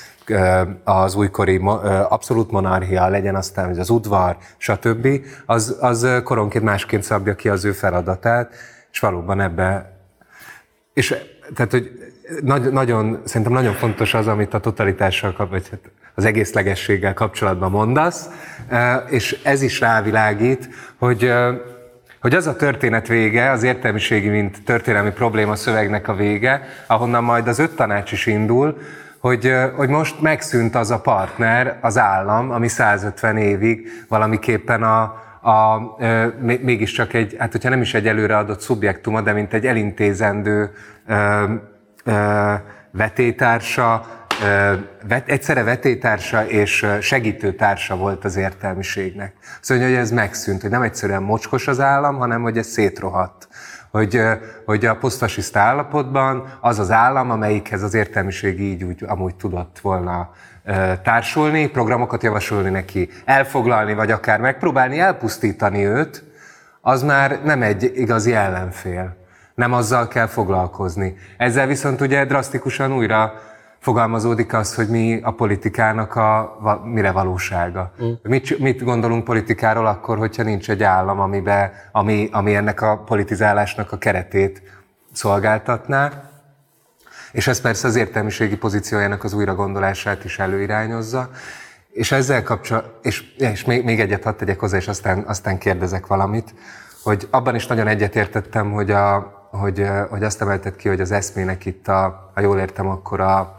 az újkori abszolút monarchia, legyen aztán az udvar, stb., az, az koronként másként szabja ki az ő feladatát, és valóban ebbe, és tehát, hogy Nagy, nagyon, szerintem nagyon fontos az, amit a totalitással, vagy az egészlegességgel kapcsolatban mondasz, és ez is rávilágít, hogy, hogy az a történet vége, az értelmiségi, mint történelmi probléma szövegnek a vége, ahonnan majd az öt tanács is indul, hogy, hogy most megszűnt az a partner, az állam, ami százötven évig valamiképpen a, a, e, mégiscsak egy, hát hogyha nem is egy előreadott szubjektuma, de mint egy elintézendő e, e, vetétársa, e, vet, egyszerre vetétársa és segítőtársa volt az értelmiségnek. Szóval, hogy ez megszűnt, hogy nem egyszerűen mocskos az állam, hanem hogy ez szétrohadt. Hogy, hogy a posztfasiszta állapotban az az állam, amelyikhez az értelmiség így úgy amúgy tudott volna társulni, programokat javasolni neki, elfoglalni, vagy akár megpróbálni elpusztítani őt, az már nem egy igazi ellenfél. Nem azzal kell foglalkozni. Ezzel viszont ugye drasztikusan újra fogalmazódik az, hogy mi a politikának a mire valósága. Mm. Mit, mit gondolunk politikáról akkor, hogyha nincs egy állam, amiben, ami, ami ennek a politizálásnak a keretét szolgáltatná. És ez persze az értelmiségi pozíciójának az újragondolását is előirányozza. És ezzel kapcsolatban, és, és még, még egyet hadd tegyek hozzá, és aztán, aztán kérdezek valamit, hogy abban is nagyon egyetértettem, hogy, a, hogy, hogy azt emelted ki, hogy az eszmének itt, a, ha jól értem, akkor a,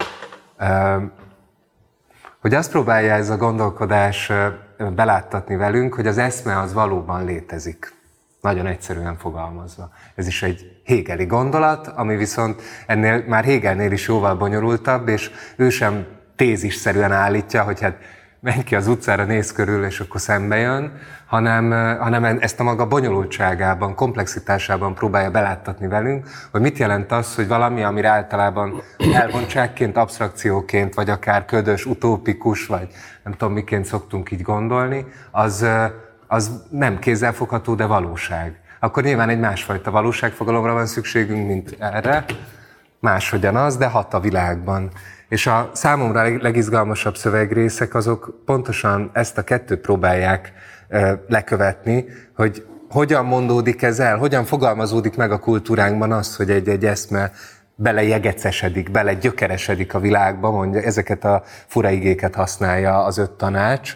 hogy azt próbálja ez a gondolkodás beláttatni velünk, hogy az eszme az valóban létezik. Nagyon egyszerűen fogalmazva. Ez is egy hegeli gondolat, ami viszont ennél már Hegelnél is jóval bonyolultabb, és ő sem tézisszerűen állítja, hogy hát menj ki az utcára, néz körül, és akkor szembe jön, hanem, hanem ezt a maga bonyolultságában, komplexitásában próbálja beláttatni velünk, hogy mit jelent az, hogy valami, amire általában elvontságként, absztrakcióként, vagy akár ködös, utópikus, vagy nem tudom miként szoktunk így gondolni, az, az nem kézzelfogható, de valóság. Akkor nyilván egy másfajta valóságfogalomra van szükségünk, mint erre, máshogyan az, de hat a világban. És a számomra legizgalmasabb szövegrészek azok pontosan ezt a kettőt próbálják lekövetni, hogy hogyan mondódik ez el, hogyan fogalmazódik meg a kultúránkban az, hogy egy-egy eszme belejegecesedik, belegyökeresedik a világba, mondja, ezeket a fura igéket használja az öt tanács,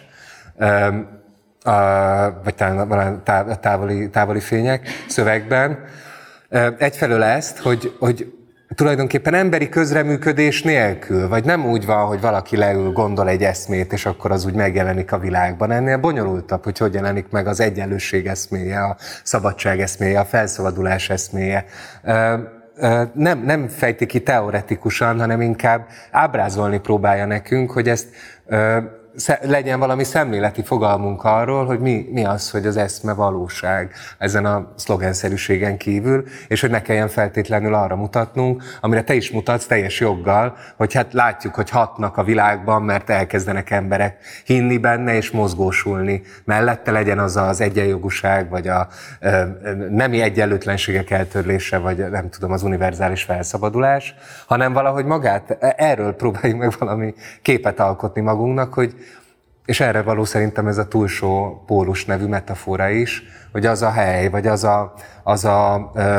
vagy talán a távoli, távoli fények szövegben. Egyfelől ezt, hogy, hogy tulajdonképpen emberi közreműködés nélkül, vagy nem úgy van, hogy valaki leül, gondol egy eszmét, és akkor az úgy megjelenik a világban. Ennél bonyolultabb, hogy hogy jelenik meg az egyenlőség eszméje, a szabadság eszméje, a felszabadulás eszméje. Nem, nem fejti ki teoretikusan, hanem inkább ábrázolni próbálja nekünk, hogy ezt legyen valami szemléleti fogalmunk arról, hogy mi, mi az, hogy az eszme valóság ezen a szlogenszerűségen kívül, és hogy ne kelljen feltétlenül arra mutatnunk, amire te is mutatsz teljes joggal, hogy hát látjuk, hogy hatnak a világban, mert elkezdenek emberek hinni benne és mozgósulni. Mellette legyen az az egyenjogúság, vagy a ö, nemi egyenlőtlenségek eltörlése, vagy nem tudom, az univerzális felszabadulás, hanem valahogy magát, erről próbáljuk meg valami képet alkotni magunknak, hogy és erre való szerintem ez a túlsó pólus nevű metafora is, hogy az a hely, vagy az a, az a ö,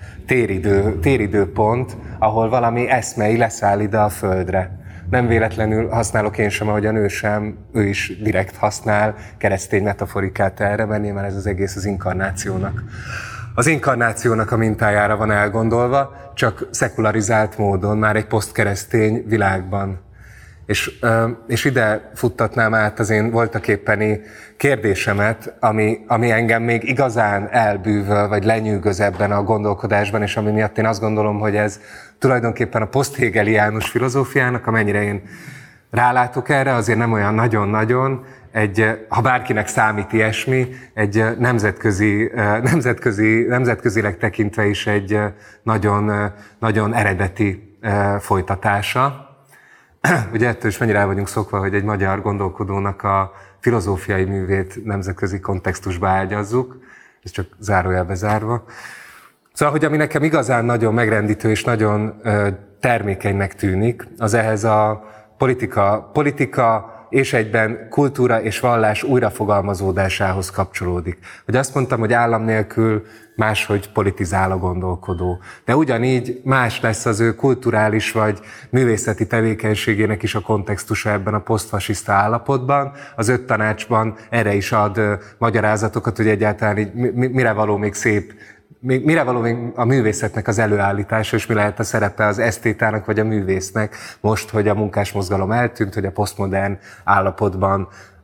téridő, téridőpont, ahol valami eszmei leszáll ide a földre. Nem véletlenül használok én sem, ahogy a nő sem, ő is direkt használ keresztény metaforikát erre, mert nyilván ez az egész az inkarnációnak. Az inkarnációnak a mintájára van elgondolva, csak szekularizált módon, már egy posztkeresztény világban. És, és ide futtatnám át az én voltaképpeni kérdésemet, ami, ami engem még igazán elbűvöl, vagy lenyűgöz ebben a gondolkodásban, és ami miatt én azt gondolom, hogy ez tulajdonképpen a poszthegeliánus filozófiának, amennyire én rálátok erre, azért nem olyan nagyon-nagyon, egy, ha bárkinek számít ilyesmi, egy nemzetközi, nemzetközi, nemzetközileg tekintve is egy nagyon, nagyon eredeti folytatása. Ugye ettől is mennyire el vagyunk szokva, hogy egy magyar gondolkodónak a filozófiai művét nemzetközi kontextusba ágyazzuk, ez csak zárójelbe zárva. Szóval, hogy ami nekem igazán nagyon megrendítő és nagyon termékenynek tűnik, az ehhez a politika, politika és egyben kultúra és vallás újrafogalmazódásához kapcsolódik. Hogy azt mondtam, hogy állam nélkül máshogy politizál a gondolkodó. De ugyanígy más lesz az ő kulturális vagy művészeti tevékenységének is a kontextusa ebben a posztfasiszta állapotban. Az öt tanácsban erre is ad magyarázatokat, hogy egyáltalán így mire való még szép, mire való még a művészetnek az előállítása, és mi lehet a szerepe az esztétának vagy a művésznek most, hogy a munkásmozgalom eltűnt, hogy a posztmodern állapotban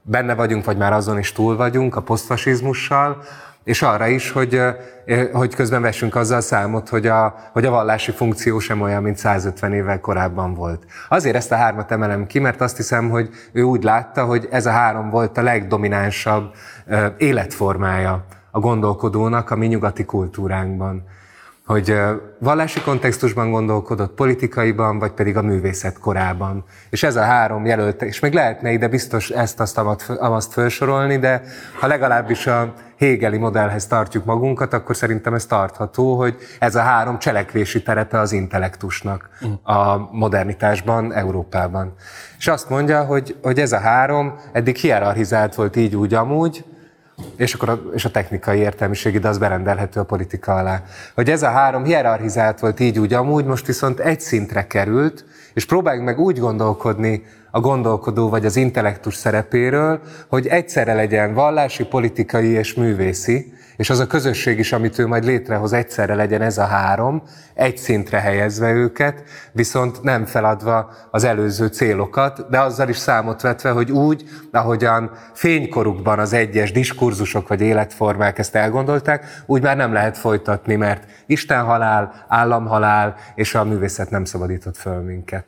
benne vagyunk, vagy már azon is túl vagyunk a posztfasizmussal, és arra is, hogy, hogy közben vessünk azzal számot, hogy a, hogy a vallási funkció sem olyan, mint százötven évvel korábban volt. Azért ezt a hármat emelem ki, mert azt hiszem, hogy ő úgy látta, hogy ez a három volt a legdominánsabb életformája a gondolkodónak a mi nyugati kultúránkban. Hogy vallási kontextusban gondolkodott, politikaiban, vagy pedig a művészet korában. És ez a három jelölt, és még lehetne ide biztos ezt-azt amazt felsorolni, de ha legalábbis a hegeli modellhez tartjuk magunkat, akkor szerintem ez tartható, hogy ez a három cselekvési terepe az intellektusnak a modernitásban, Európában. És azt mondja, hogy, hogy ez a három eddig hierarchizált volt így úgy amúgy, és akkor a, és a technikai értelmiségi, de az berendelhető a politika alá. Hogy ez a három hierarchizált volt így úgy amúgy, most viszont egy szintre került, és próbáljuk meg úgy gondolkodni a gondolkodó vagy az intellektus szerepéről, hogy egyszerre legyen vallási, politikai és művészi, és az a közösség is, amit ő majd létrehoz, egyszerre legyen ez a három, egy szintre helyezve őket, viszont nem feladva az előző célokat, de azzal is számot vetve, hogy úgy, ahogyan fénykorukban az egyes diskurzusok vagy életformák ezt elgondolták, úgy már nem lehet folytatni, mert istenhalál, államhalál, és a művészet nem szabadított föl minket.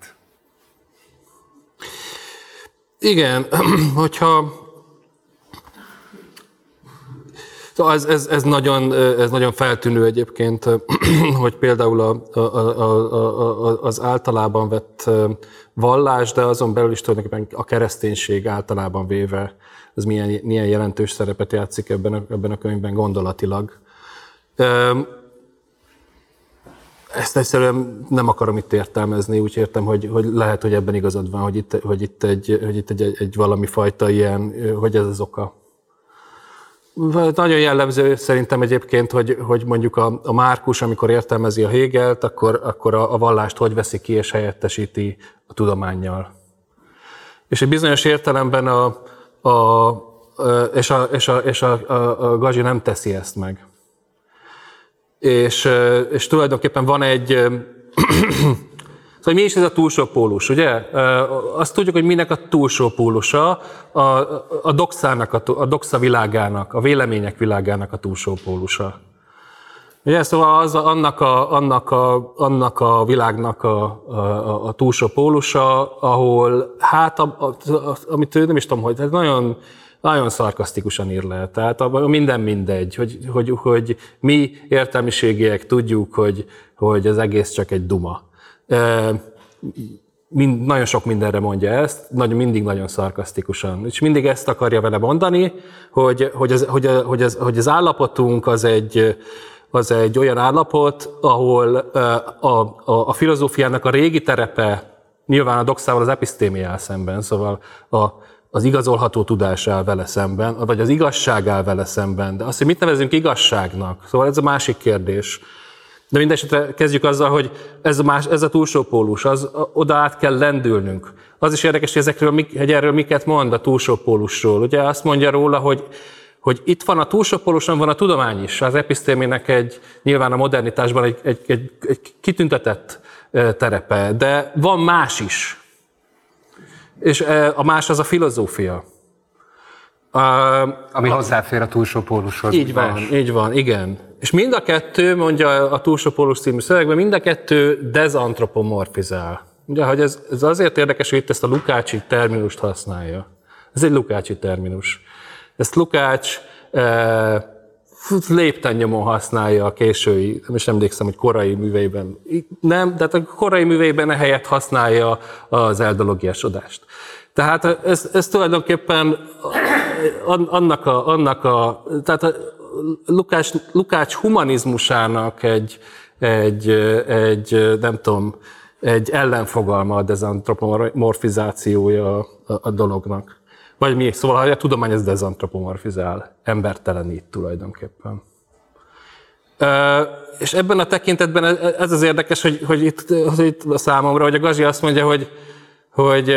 Igen, hogyha szóval ez, ez, ez, nagyon, ez nagyon feltűnő egyébként, hogy például a, a, a, a, az általában vett vallás, de azon belül is tulajdonképpen a kereszténység általában véve, ez milyen, milyen jelentős szerepet játszik ebben a, ebben a könyvben gondolatilag. Ezt egyszerűen nem akarom itt értelmezni, úgy értem, hogy, hogy lehet, hogy ebben igazad van, hogy itt, hogy itt, egy, hogy itt egy, egy valami fajta ilyen, hogy ez az oka. Nagyon jellemző szerintem egyébként, hogy, hogy mondjuk a, a Márkus, amikor értelmezi a Hegelt, akkor, akkor a, a vallást hogy veszi ki és helyettesíti a tudománnyal. És egy bizonyos értelemben a, a, és, a, és, a, és a, a, a Gazzsi nem teszi ezt meg. És, és tulajdonképpen van egy, szóval mi is ez a túlsó pólus, ugye? Azt tudjuk, hogy minek a túlsó pólusa, a, a doxának, a doxa világának, a vélemények világának a túlsó pólusa. Ugye, szóval az, annak, a, annak, a, annak a világnak a, a, a túlsó pólusa, ahol, hát, a, a, a, amit ő nem is tudom, hogy hát nagyon, nagyon szarkasztikusan ír le. Tehát a, minden mindegy, hogy, hogy, hogy mi értelmiségiek tudjuk, hogy, hogy az egész csak egy duma. E, mind, nagyon sok mindenre mondja ezt, nagyon, mindig nagyon szarkasztikusan. És mindig ezt akarja vele mondani, hogy, hogy, az, hogy, a, hogy, az, hogy az állapotunk az egy, az egy olyan állapot, ahol a, a, a filozófiának a régi terepe, nyilván a doxával az episztémia áll szemben, szóval a, az igazolható tudás áll vele szemben, vagy az igazság áll vele szemben. De azt, hogy mit nevezünk igazságnak, szóval ez a másik kérdés. De mindesetre kezdjük azzal, hogy ez a, más, ez a túlsó pólus, az, oda át kell lendülnünk. Az is érdekes, hogy, ezekről, hogy erről miket mond a túlsó pólusról. Ugye azt mondja róla, hogy, hogy itt van a túlsó póluson, van a tudomány is. Az episztémének egy, nyilván a modernitásban egy, egy, egy, egy kitüntetett terepe, de van más is. És a más az a filozófia. Ami hozzáfér a túlsó pólushoz. Így van, más. így van, igen. És mind a kettő, mondja a túlsó pólus című szövegben, mind a kettő dezantropomorfizál. Ugye, hogy ez, ez azért érdekes, hogy itt ezt a Lukácsi terminust használja. Ez egy Lukácsi terminus. Ezt Lukács eh, léptennyomon használja a késői, nem is emlékszem, hogy korai műveiben. Nem, de a korai műveiben ehelyett használja az eldologiásodást. Tehát ez, ez tulajdonképpen annak a, annak a tehát a Lukács, Lukács humanizmusának egy, egy, egy, nem tudom, egy ellenfogalma a dezantropomorfizációja a, a dolognak. Vagy mi? Szóval a tudomány ez dezantropomorfizál, embertelenít tulajdonképpen. És ebben a tekintetben ez az érdekes, hogy, hogy itt, hogy itt a számomra, hogy a Gazzsi azt mondja, hogy, hogy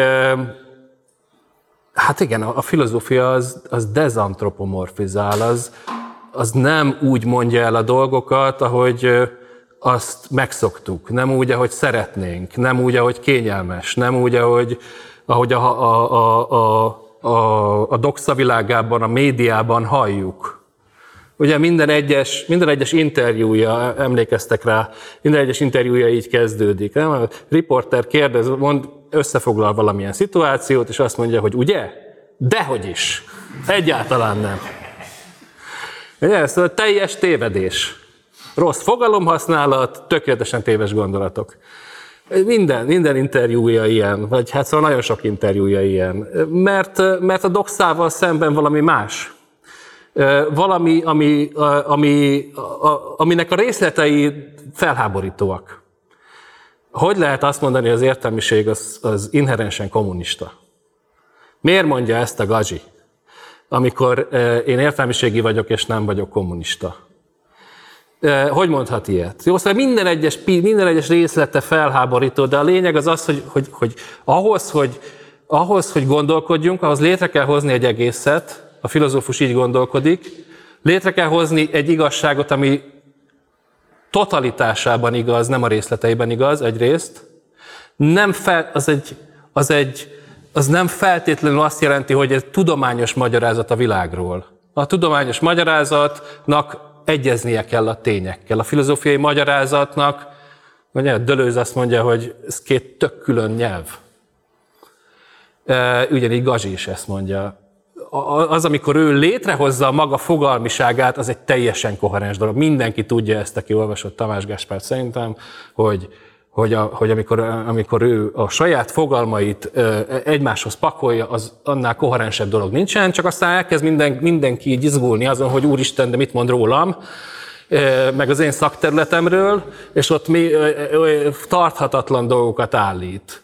hát igen, a filozófia az, az dezantropomorfizál, az, az nem úgy mondja el a dolgokat, ahogy azt megszoktuk, nem úgy, ahogy szeretnénk, nem úgy, ahogy kényelmes, nem úgy, ahogy, ahogy a, a, a, a, a, a doxa világában, a médiában halljuk. Ugye minden egyes, minden egyes interjúja, emlékeztek rá, minden egyes interjúja így kezdődik. Nem? A riporter kérdez, mond, összefoglal valamilyen szituációt, és azt mondja, hogy ugye? Dehogy is. Egyáltalán nem. Ugye? Szóval teljes tévedés. Rossz fogalomhasználat, tökéletesen téves gondolatok. Minden, minden interjúja ilyen, vagy hát szóval nagyon sok interjúja ilyen. Mert, mert a doxával szemben valami más. Valami, ami, ami, aminek a részletei felháborítóak. Hogy lehet azt mondani, hogy az értelmiség az, az inherensen kommunista? Miért mondja ezt a Gaji, amikor én értelmiségi vagyok, és nem vagyok kommunista? Hogy mondhat ilyet? Jó, szóval minden egyes, minden egyes részlete felháborító, de a lényeg az az, hogy, hogy, hogy, ahhoz, hogy ahhoz, hogy gondolkodjunk, ahhoz létre kell hozni egy egészet, a filozófus így gondolkodik, létre kell hozni egy igazságot, ami totalitásában igaz, nem a részleteiben igaz, egyrészt. Nem fel, az, egy, az, egy, az nem feltétlenül azt jelenti, hogy egy tudományos magyarázat a világról. A tudományos magyarázatnak egyeznie kell a tényekkel. A filozófiai magyarázatnak, ugye Deleuze azt mondja, hogy ez két tök külön nyelv. Ugyanígy Gaji is ezt mondja. Az, amikor ő létrehozza a maga fogalmiságát, az egy teljesen koherens dolog. Mindenki tudja ezt, aki olvasott Tamás Gáspárt szerintem, hogy, hogy, a, hogy amikor, amikor ő a saját fogalmait egymáshoz pakolja, az annál koherensebb dolog nincsen, csak aztán elkezd minden, mindenki így izgulni azon, hogy úristen, de mit mond rólam, meg az én szakterületemről, és ott mi tarthatatlan dolgokat állít.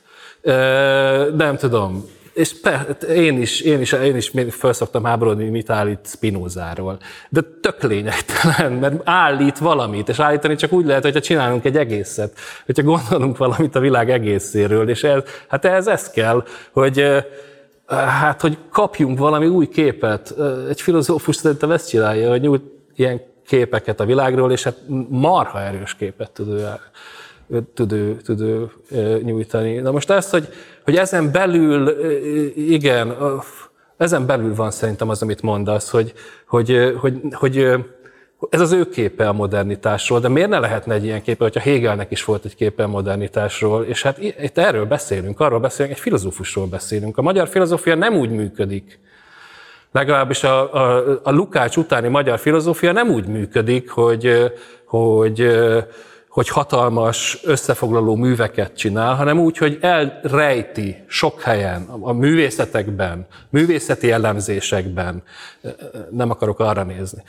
Nem tudom. És per, én is, én is, én is fel szoktam háborodni, mit állít Spinozáról. De tök lényegtelen, mert állít valamit, és állítani csak úgy lehet, hogyha csinálunk egy egészet, hogyha gondolunk valamit a világ egészéről, és ez, hát ehhez ez kell, hogy, hát, hogy kapjunk valami új képet. Egy filozófus szerintem ezt csinálja, hogy nyújt ilyen képeket a világról, és hát marha erős képet tud ő tud ő, tud ő nyújtani. Na most ez, hogy, hogy ezen belül, igen, ezen belül van szerintem az, amit mondasz, hogy, hogy, hogy, hogy ez az ő képe a modernitásról, de miért ne lehetne egy ilyen képe, hogyha Hegelnek is volt egy képe a modernitásról, és hát itt erről beszélünk, arról beszélünk, egy filozófusról beszélünk. A magyar filozófia nem úgy működik, legalábbis a, a, a Lukács utáni magyar filozófia nem úgy működik, hogy, hogy hogy hatalmas összefoglaló műveket csinál, hanem úgy, hogy elrejti sok helyen, a művészetekben, művészeti elemzésekben, nem akarok arra nézni,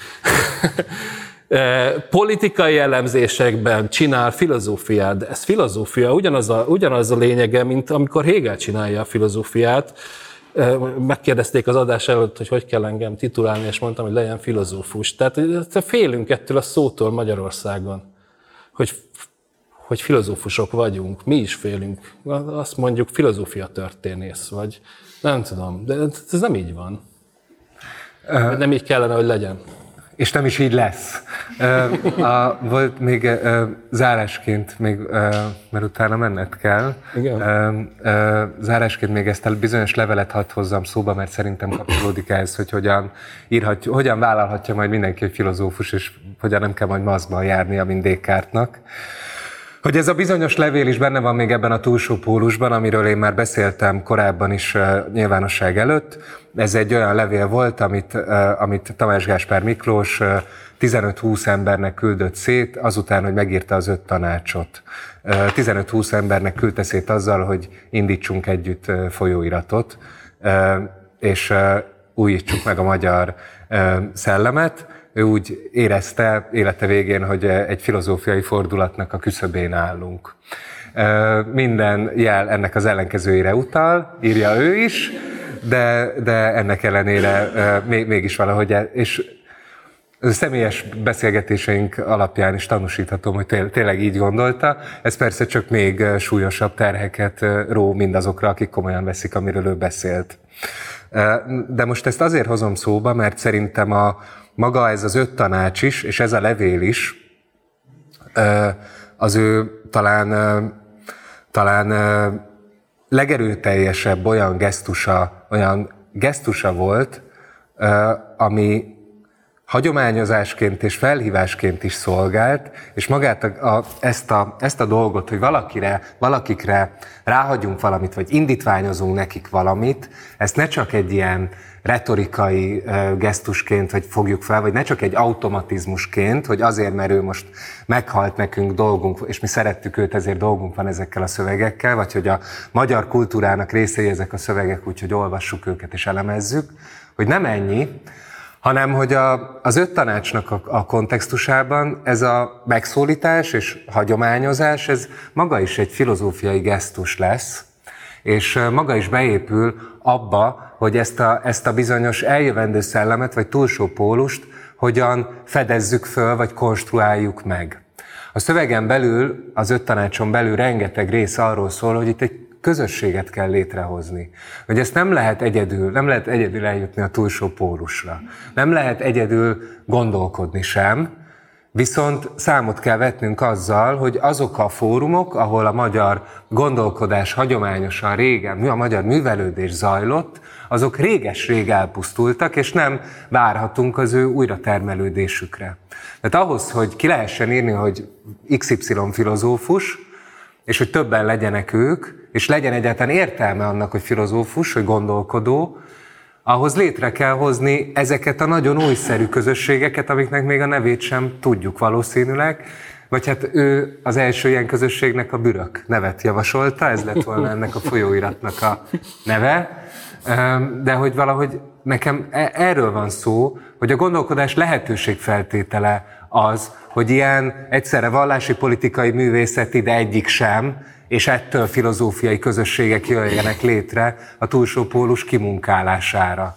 politikai elemzésekben csinál filozófiát, de ez filozófia ugyanaz a, ugyanaz a lényege, mint amikor Hegel csinálja a filozófiát. Megkérdezték az adás előtt, hogy hogy kell engem titulálni, és mondtam, hogy legyen filozófus. Tehát félünk ettől a szótól Magyarországon. Hogy, hogy filozófusok vagyunk, mi is félünk. Azt mondjuk filozófia történész, vagy nem tudom, de ez nem így van. Uh, nem így kellene, hogy legyen. És nem is így lesz. Uh, a, volt még uh, zárásként, még, uh, mert utána menned kell. Igen. Uh, uh, zárásként még ezt a bizonyos levelet hadd hozzam szóba, mert szerintem kapcsolódik ehhez, hogy hogyan, írhatja, hogyan vállalhatja majd mindenki, hogy filozófus, és hogyan nem kell majd maszkban járnia, mint Descartesnak. Hogy ez a bizonyos levél is benne van még ebben a túlsó pólusban, amiről én már beszéltem korábban is uh, nyilvánosság előtt. Ez egy olyan levél volt, amit, uh, amit Tamás Gáspár Miklós uh, tizenöt-húsz embernek küldött szét, azután, hogy megírta az öt tanácsot. Uh, tizenöt-húsz embernek küldte szét azzal, hogy indítsunk együtt uh, folyóiratot, uh, és uh, újítsuk meg a magyar uh, szellemet. Ő úgy érezte élete végén, hogy egy filozófiai fordulatnak a küszöbén állunk. Minden jel ennek az ellenkezőjére utal, írja ő is, de, de ennek ellenére mégis valahogy, és a személyes beszélgetéseink alapján is tanúsíthatom, hogy tényleg így gondolta. Ez persze csak még súlyosabb terheket ró mindazokra, akik komolyan veszik, amiről ő beszélt. De most ezt azért hozom szóba, mert szerintem a maga ez az öt tanács is, és ez a levél is, az ő talán, talán legerőteljesebb olyan gesztusa, olyan gesztusa volt, ami hagyományozásként és felhívásként is szolgált, és magát a, a, ezt, a, ezt a dolgot, hogy valakire, valakikre ráhagyunk valamit, vagy indítványozunk nekik valamit, ezt ne csak egy ilyen retorikai uh, gesztusként, vagy fogjuk fel, vagy ne csak egy automatizmusként, hogy azért, mert ő most meghalt nekünk dolgunk, és mi szerettük őt, ezért dolgunk van ezekkel a szövegekkel, vagy hogy a magyar kultúrának részei ezek a szövegek, úgyhogy olvassuk őket és elemezzük, hogy nem ennyi, hanem hogy a, az öt tanácsnak a, a kontextusában ez a megszólítás és hagyományozás, ez maga is egy filozófiai gesztus lesz, és maga is beépül abba, hogy ezt a, ezt a bizonyos eljövendő szellemet, vagy túlsó pólust hogyan fedezzük föl, vagy konstruáljuk meg. A szövegen belül, az öt tanácson belül rengeteg rész arról szól, hogy itt egy közösséget kell létrehozni. Hogy ezt nem lehet egyedül, nem lehet egyedül eljutni a túlsó pólusra. Nem lehet egyedül gondolkodni sem, viszont számot kell vetnünk azzal, hogy azok a fórumok, ahol a magyar gondolkodás hagyományosan régen, a magyar művelődés zajlott, azok réges-rég elpusztultak, és nem várhatunk az ő újratermelődésükre. Tehát ahhoz, hogy ki lehessen írni, hogy iksz ipszilon filozófus, és hogy többen legyenek ők, és legyen egyáltalán értelme annak, hogy filozófus, hogy gondolkodó, ahhoz létre kell hozni ezeket a nagyon újszerű közösségeket, amiknek még a nevét sem tudjuk valószínűleg, vagy hát ő az első ilyen közösségnek a Bürök nevet javasolta, ez lett volna ennek a folyóiratnak a neve, de hogy valahogy nekem erről van szó, hogy a gondolkodás lehetőségfeltétele az, hogy ilyen egyszerre vallási, politikai, művészeti, de egyik sem, és ettől filozófiai közösségek jöjjenek létre a túlsó pólus kimunkálására.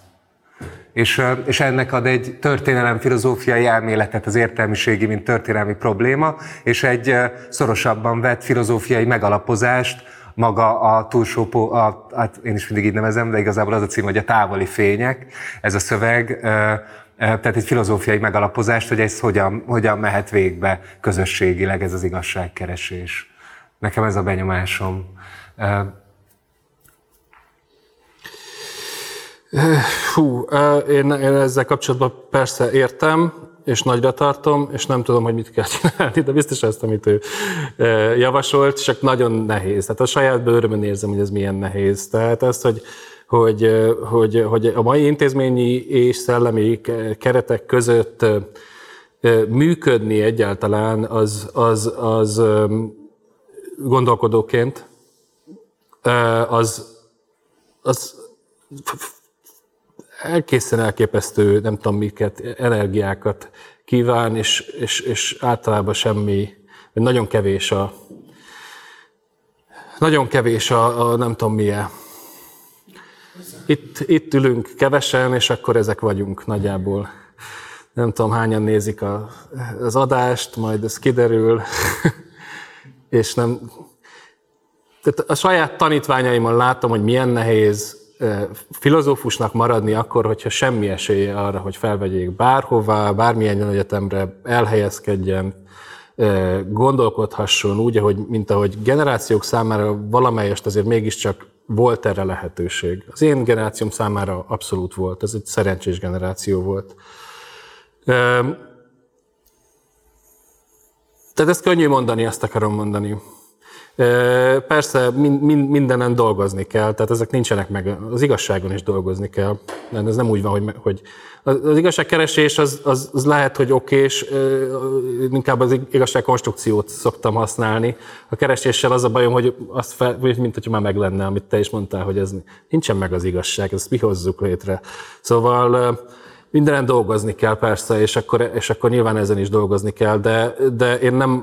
És, és ennek ad egy történelem-filozófiai elméletet az értelmiségi, mint történelmi probléma, és egy szorosabban vett filozófiai megalapozást maga a túlsó pólus, hát én is mindig így nevezem, de igazából az a cím, hogy a távoli fények, ez a szöveg, tehát egy filozófiai megalapozást, hogy ez hogyan, hogyan mehet végbe közösségileg ez az igazságkeresés. Nekem ez a benyomásom. Hú, én, én ezzel kapcsolatban persze értem, és nagyra tartom, és nem tudom, hogy mit kell csinálni, de biztos ezt, amit ő javasolt, csak nagyon nehéz. Tehát a saját bőrömön érzem, hogy ez milyen nehéz. Tehát azt, hogy Hogy, hogy, hogy a mai intézményi és szellemi keretek között működni egyáltalán az, az, az gondolkodóként, az, az egészen elképesztő, nem tudom miket, energiákat kíván, és, és, és általában semmi, nagyon kevés a, nagyon kevés a, a nem tudom milyen. Itt, itt ülünk kevesen, és akkor ezek vagyunk nagyjából. Nem tudom, hányan nézik a, az adást, majd ez kiderül, és nem... Tehát a saját tanítványaimon látom, hogy milyen nehéz filozófusnak maradni akkor, hogyha semmi esélye arra, hogy felvegyék bárhová, bármilyen egyetemre elhelyezkedjen, gondolkodhasson úgy, ahogy, mint ahogy generációk számára valamelyest azért mégiscsak volt erre lehetőség. Az én generációm számára abszolút volt, ez egy szerencsés generáció volt. Tehát ezt könnyű mondani, azt akarom mondani. Persze mindenen dolgozni kell, tehát ezek nincsenek meg, az igazságon is dolgozni kell. Ez nem úgy van, hogy, hogy az igazságkeresés az, az, az lehet, hogy okés, inkább az igazságkonstrukciót szoktam használni. A kereséssel az a bajom, hogy azt fel, mint hogyha már meg lenne, amit te is mondtál, hogy ez nincsen meg az igazság, ezt mi hozzuk létre. Szóval mindenen dolgozni kell persze, és akkor, és akkor nyilván ezen is dolgozni kell, de, de én nem...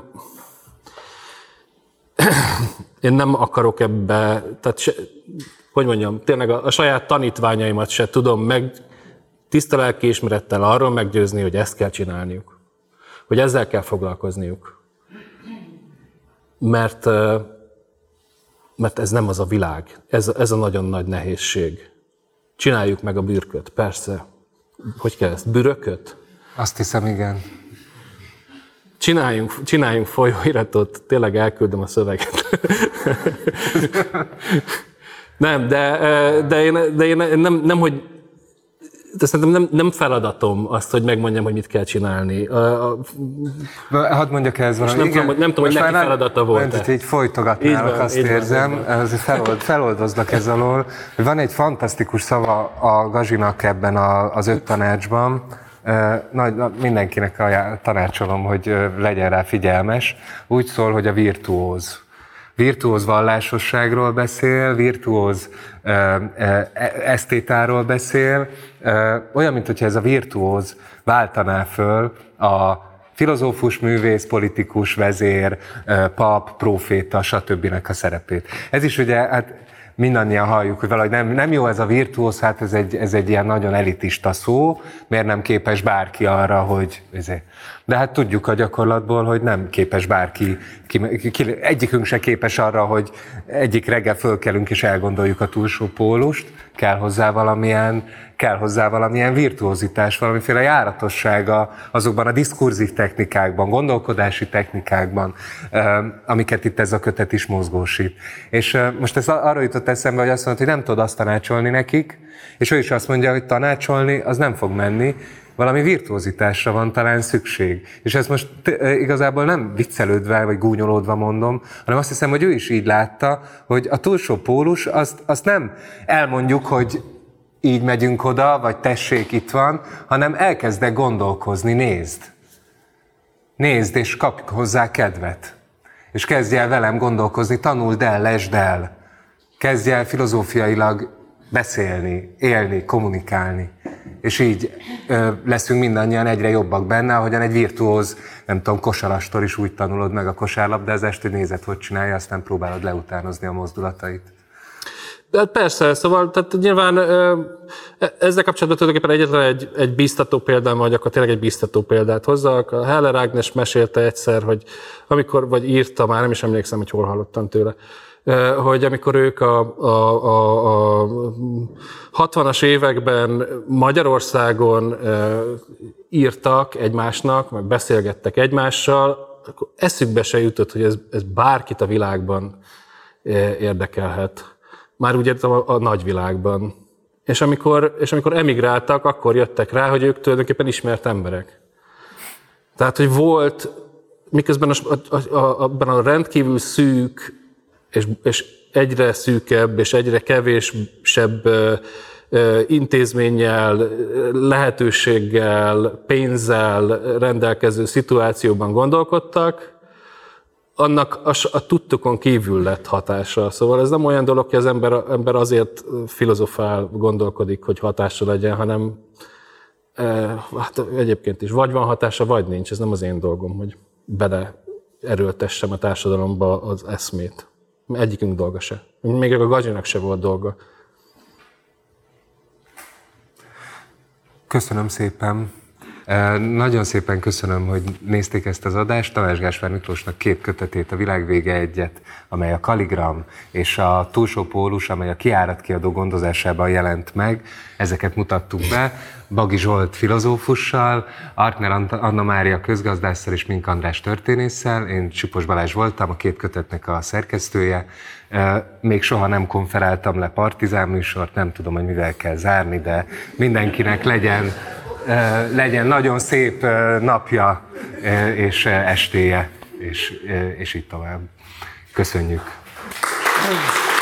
Én nem akarok ebbe, tehát se, hogy mondjam, tényleg a, a saját tanítványaimat se tudom meg tiszta lelkiismerettel arról meggyőzni, hogy ezt kell csinálniuk. Hogy ezzel kell foglalkozniuk. Mert, mert ez nem az a világ. Ez, ez a nagyon nagy nehézség. Csináljuk meg a bürköt, persze. Hogy kell ezt? Bürököt? Azt hiszem, igen. Csináljunk, csináljunk folyóiratot, tényleg elküldöm a szöveget. Nem, de, de én, de én nem, nem, hogy de szerintem nem, nem feladatom azt, hogy megmondjam, hogy mit kell csinálni. A, a, Hadd mondjak ez valami. Nem tudom, nem tudom, hogy neki feladata volt. Nem, így folytogatnálok, azt így érzem, van, azért felold, feloldozlak ez alól. Van egy fantasztikus szava a Gazsinak ebben a, az öt tanácsban. Nagy, mindenkinek tanácsolom, hogy legyen rá figyelmes. Úgy szól, hogy a virtuóz. Virtuóz vallásosságról beszél, virtuóz uh, uh, esztétáról beszél, uh, olyan, mint hogyha ez a virtuóz váltaná föl a filozófus, művész, politikus, vezér, uh, pap, próféta, stb. A szerepét. Ez is ugye, hát mindannyian halljuk, hogy valahogy nem, nem jó ez a virtuóz, hát ez egy, ez egy ilyen nagyon elitista szó, miért nem képes bárki arra, hogy... De hát tudjuk a gyakorlatból, hogy nem képes bárki, ki, ki, egyikünk se képes arra, hogy egyik reggel fölkelünk és elgondoljuk a túlsó pólust, kell hozzá valamilyen, kell hozzá valamilyen virtuózitás, valamiféle járatossága azokban a diskurzív technikákban, gondolkodási technikákban, amiket itt ez a kötet is mozgósít. És most ez arra jutott eszembe, hogy azt mondta, hogy nem tudod azt tanácsolni nekik, és ő is azt mondja, hogy tanácsolni az nem fog menni, valami virtuózitásra van talán szükség. És ezt most igazából nem viccelődve vagy gúnyolódva mondom, hanem azt hiszem, hogy ő is így látta, hogy a túlsó pólus, azt, azt nem elmondjuk, hogy így megyünk oda, vagy tessék, itt van, hanem elkezdek gondolkozni, nézd. Nézd, és kapj hozzá kedvet. És kezdj el velem gondolkozni, tanuld el, lesd el. Kezdj el filozófiailag beszélni, élni, kommunikálni. És így ö, leszünk mindannyian egyre jobbak benne, ahogyan egy virtuóz, nem tudom, kosarastól is úgy tanulod meg a kosárlabdázást, hogy nézed, hogy csinálja, aztán próbálod leutánozni a mozdulatait. De persze, szóval tehát nyilván ezzel kapcsolatban tulajdonképpen egyetlen egy, egy bíztató példám, vagy akkor tényleg egy bíztató példát hozzak. A Heller Ágnes mesélte egyszer, hogy amikor, vagy írta, már nem is emlékszem, hogy hol hallottam tőle, hogy amikor ők a, a, a, a hatvanas években Magyarországon írtak egymásnak, meg beszélgettek egymással, akkor eszükbe se jutott, hogy ez, ez bárkit a világban érdekelhet. Már ugye a, a nagyvilágban. És amikor, és amikor emigráltak, akkor jöttek rá, hogy ők tulajdonképpen ismert emberek. Tehát, hogy volt, miközben a, a, a, abban a rendkívül szűk, és, és egyre szűkebb, és egyre kevésebb ö, ö, intézménnyel, lehetőséggel, pénzzel rendelkező szituációban gondolkodtak, annak a, a tudtukon kívül lett hatása. Szóval ez nem olyan dolog, hogy az ember, ember azért filozofál, gondolkodik, hogy hatása legyen, hanem e, hát egyébként is vagy van hatása, vagy nincs. Ez nem az én dolgom, hogy bele erőltessem a társadalomba az eszmét. Egyikünk dolga se. Még a Gazsinak se volt dolga. Köszönöm szépen. Nagyon szépen köszönöm, hogy nézték ezt az adást. Tamás Gáspár Miklósnak két kötetét, a Világ vége egyet, amely a Kaligram, és a Túlsó pólus, amely a Kiárat kiadó gondozásában jelent meg. Ezeket mutattuk be. Bagi Zsolt filozófussal, Artner Anna Mária közgazdásszal és Mink András történésszel. Én Csipos Balázs voltam, a két kötetnek a szerkesztője. Még soha nem konferáltam le partizán műsort, nem tudom, hogy mivel kell zárni, de mindenkinek legyen legyen nagyon szép napja és estéje, és, és így tovább. Köszönjük!